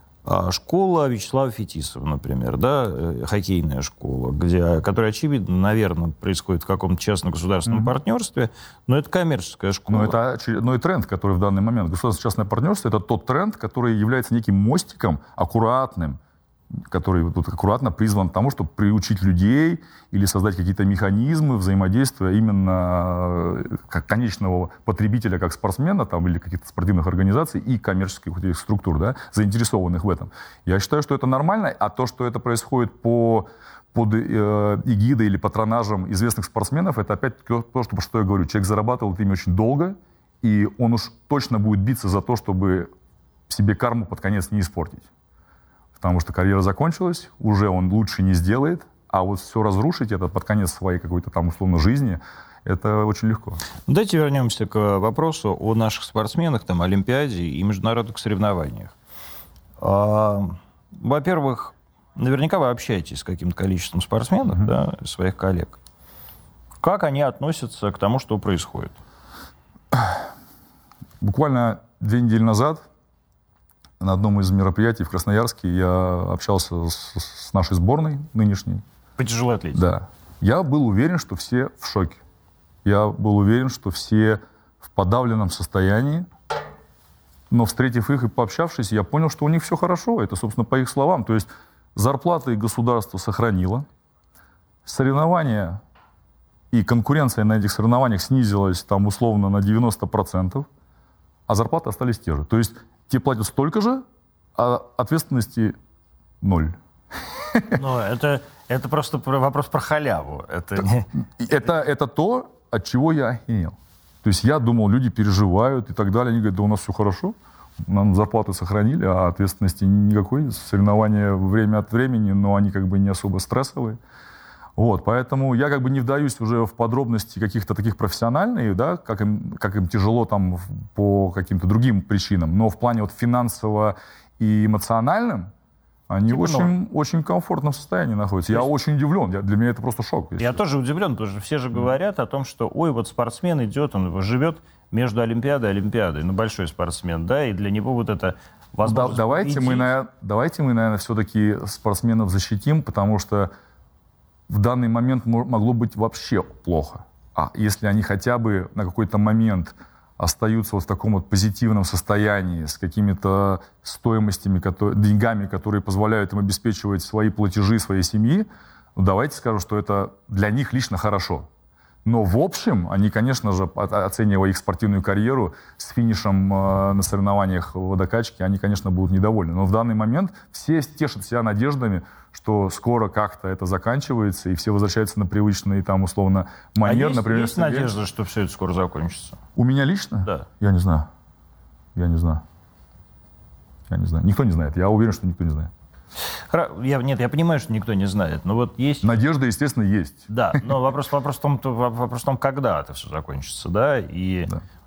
школа Вячеслава Фетисова, например, да, хоккейная школа, где, которая, очевидно, наверное, происходит в каком-то частно-государственном mm-hmm. партнерстве, но это коммерческая школа. Но это очередной тренд, который в данный момент. Государственно-частное партнерство — это тот тренд, который является неким мостиком, аккуратным, который вот аккуратно призван к тому, чтобы приучить людей или создать какие-то механизмы взаимодействия именно как конечного потребителя, как спортсмена там, или каких-то спортивных организаций и коммерческих этих структур, да, заинтересованных в этом. Я считаю, что это нормально, а то, что это происходит по, под э, эгидой или патронажем известных спортсменов, это опять то, что, что я говорю. Человек зарабатывал ими очень долго, и он уж точно будет биться за то, чтобы себе карму под конец не испортить. Потому что карьера закончилась, уже он лучше не сделает, а вот все разрушить это под конец своей какой-то там условно жизни, это очень легко. Давайте вернемся к вопросу о наших спортсменах, там, Олимпиаде и международных соревнованиях. А, во-первых, наверняка вы общаетесь с каким-то количеством спортсменов, mm-hmm. да, своих коллег. Как они относятся к тому, что происходит? Буквально две недели назад на одном из мероприятий в Красноярске я общался с, с нашей сборной нынешней. По тяжелой атлетике? Да. Я был уверен, что все в шоке. Я был уверен, что все в подавленном состоянии. Но, встретив их и пообщавшись, я понял, что у них все хорошо. Это, собственно, по их словам. То есть зарплаты государство сохранило. Соревнования и конкуренция на этих соревнованиях снизилась там условно на девяносто процентов, а зарплаты остались те же. То есть те платят столько же, а ответственности ноль. Но это, это просто вопрос про халяву. Это... Это, это то, от чего я охренел. То есть я думал, люди переживают и так далее. Они говорят, да у нас все хорошо, нам зарплаты сохранили, а ответственности никакой. Соревнования время от времени, но они как бы не особо стрессовые. Вот, поэтому я как бы не вдаюсь уже в подробности каких-то таких профессиональных, да, как им, как им тяжело там по каким-то другим причинам, но в плане вот финансово и эмоциональном они типа очень, очень комфортном состоянии находятся. Я есть... очень удивлен. Я, для меня это просто шок. Я честно. тоже удивлен, потому что все же говорят о том, что, ой, вот спортсмен идет, он живет между Олимпиадой и Олимпиадой. Ну, большой спортсмен, да, и для него вот это возможность... Да, давайте, мы, на, давайте мы, наверное, все-таки спортсменов защитим, потому что в данный момент могло быть вообще плохо. А если они хотя бы на какой-то момент остаются вот в таком вот позитивном состоянии, с какими-то стоимостями, которые, деньгами, которые позволяют им обеспечивать свои платежи, своей семьи, ну, давайте скажу, что это для них лично хорошо. Но в общем, они, конечно же, оценивая их спортивную карьеру с финишем э, на соревнованиях в водокачке, они, конечно, будут недовольны. Но в данный момент все тешат себя надеждами, что скоро как-то это заканчивается, и все возвращаются на привычный, там, условно, манер. А есть, например, есть надежда, что все это скоро закончится? У меня лично? Да. Я не знаю. Я не знаю. Я не знаю. Никто не знает. Я уверен, что никто не знает. Я, нет, я понимаю, что никто не знает, но вот есть... Надежда, естественно, есть. Да, но вопрос, вопрос, в, том, вопрос в том, когда это все закончится, да, и,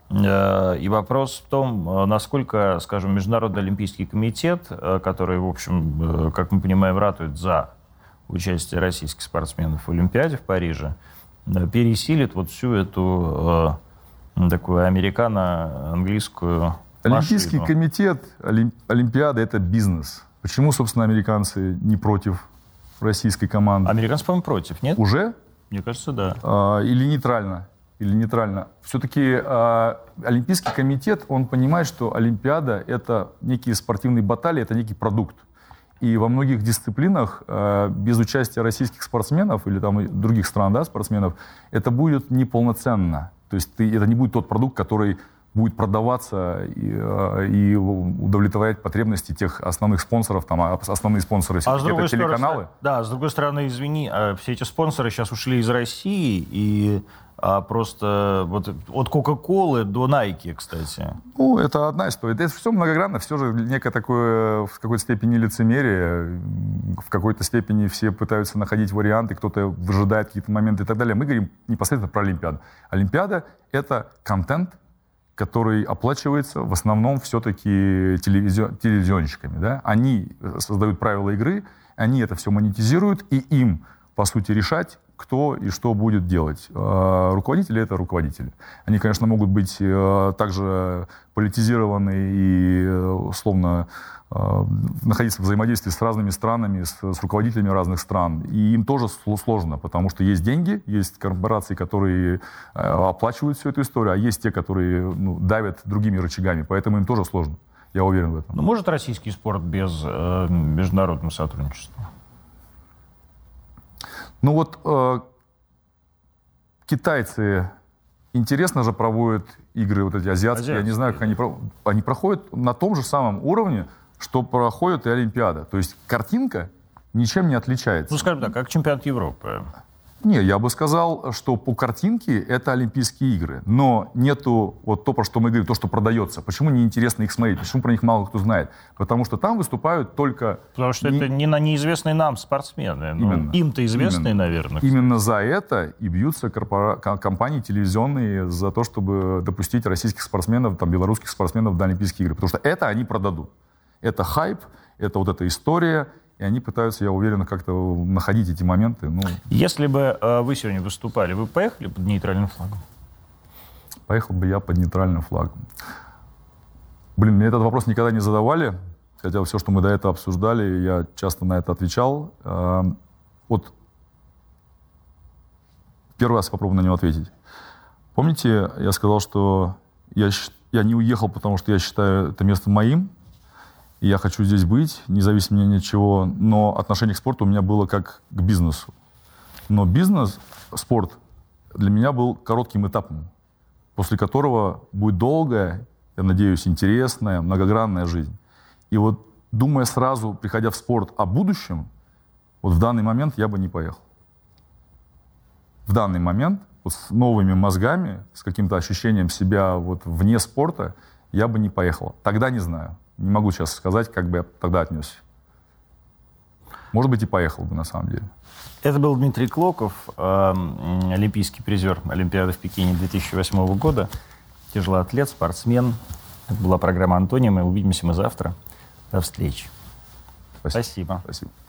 да. э, и вопрос в том, насколько, скажем, Международный Олимпийский комитет, который, в общем, как мы понимаем, ратует за участие российских спортсменов в Олимпиаде в Париже, пересилит вот всю эту э, такую американо-английскую Олимпийский машину. комитет, олимп, Олимпиада — это бизнес. Почему, собственно, американцы не против российской команды? Американцы, по-моему, против, нет? Уже? Мне кажется, да. А, или нейтрально? Или нейтрально? Все-таки а, Олимпийский комитет, он понимает, что Олимпиада — это некие спортивные баталии, это некий продукт. И во многих дисциплинах а, без участия российских спортсменов или там, и других стран, да, спортсменов, это будет неполноценно. То есть ты, это не будет тот продукт, который будет продаваться и, и удовлетворять потребности тех основных спонсоров, там, основные спонсоры все-таки а это телеканалы. Стороны, да, с другой стороны, извини, все эти спонсоры сейчас ушли из России, и а, просто вот от Кока-Колы до Nike, кстати. Ну, это одна история. Это все многогранно, все же некое такое, в какой-то степени лицемерие, в какой-то степени все пытаются находить варианты, кто-то выжидает какие-то моменты и так далее. Мы говорим непосредственно про Олимпиаду. Олимпиада — это контент, который оплачивается в основном все-таки телевизион, телевизионщиками. Да? Они создают правила игры, они это все монетизируют, и им, по сути, решать, кто и что будет делать. Руководители — это руководители. Они, конечно, могут быть также политизированы и, условно, находиться в взаимодействии с разными странами, с, с руководителями разных стран. И им тоже сложно, потому что есть деньги, есть корпорации, которые оплачивают всю эту историю, а есть те, которые ну, давят другими рычагами. Поэтому им тоже сложно. Я уверен в этом. Но может российский спорт без э, международного сотрудничества? Ну вот э, китайцы интересно же проводят игры вот эти азиатские. азиатские. Я не знаю, как они, они проходят на том же самом уровне, что проходит и Олимпиада. То есть картинка ничем не отличается. Ну, скажем так, как чемпионат Европы. Не, я бы сказал, что по картинке это Олимпийские игры. Но нету вот то, про что мы говорим, то, что продается. Почему неинтересно их смотреть? Почему про них мало кто знает? Потому что там выступают только... Потому что не... это не на неизвестные нам спортсмены. Ну, им-то известные, Именно. наверное. Именно за это и бьются корпора... компании телевизионные за то, чтобы допустить российских спортсменов, там, белорусских спортсменов в Олимпийские игры. Потому что это они продадут. Это хайп, это вот эта история. И они пытаются, я уверен, как-то находить эти моменты. Ну... Если бы э, вы сегодня выступали, вы поехали под нейтральным флагом? Поехал бы я под нейтральным флагом. Блин, мне этот вопрос никогда не задавали. Хотя все, что мы до этого обсуждали, я часто на это отвечал. Э, вот первый раз попробую на него ответить. Помните, я сказал, что я, я не уехал, потому что я считаю это место моим. И я хочу здесь быть, независимо ни от чего, но отношение к спорту у меня было как к бизнесу. Но бизнес, спорт для меня был коротким этапом, после которого будет долгая, я надеюсь, интересная, многогранная жизнь. И вот думая сразу, приходя в спорт о будущем, вот в данный момент я бы не поехал. В данный момент вот с новыми мозгами, с каким-то ощущением себя вот вне спорта, я бы не поехал. Тогда не знаю. Не могу сейчас сказать, как бы я тогда отнесся. Может быть, и поехал бы, на самом деле. Это был Дмитрий Клоков, э, олимпийский призер Олимпиады в Пекине две тысячи восьмого года, тяжелоатлет, спортсмен. Это была программа «Антония». Мы увидимся мы завтра. До встречи. Спасибо. Спасибо. Спасибо.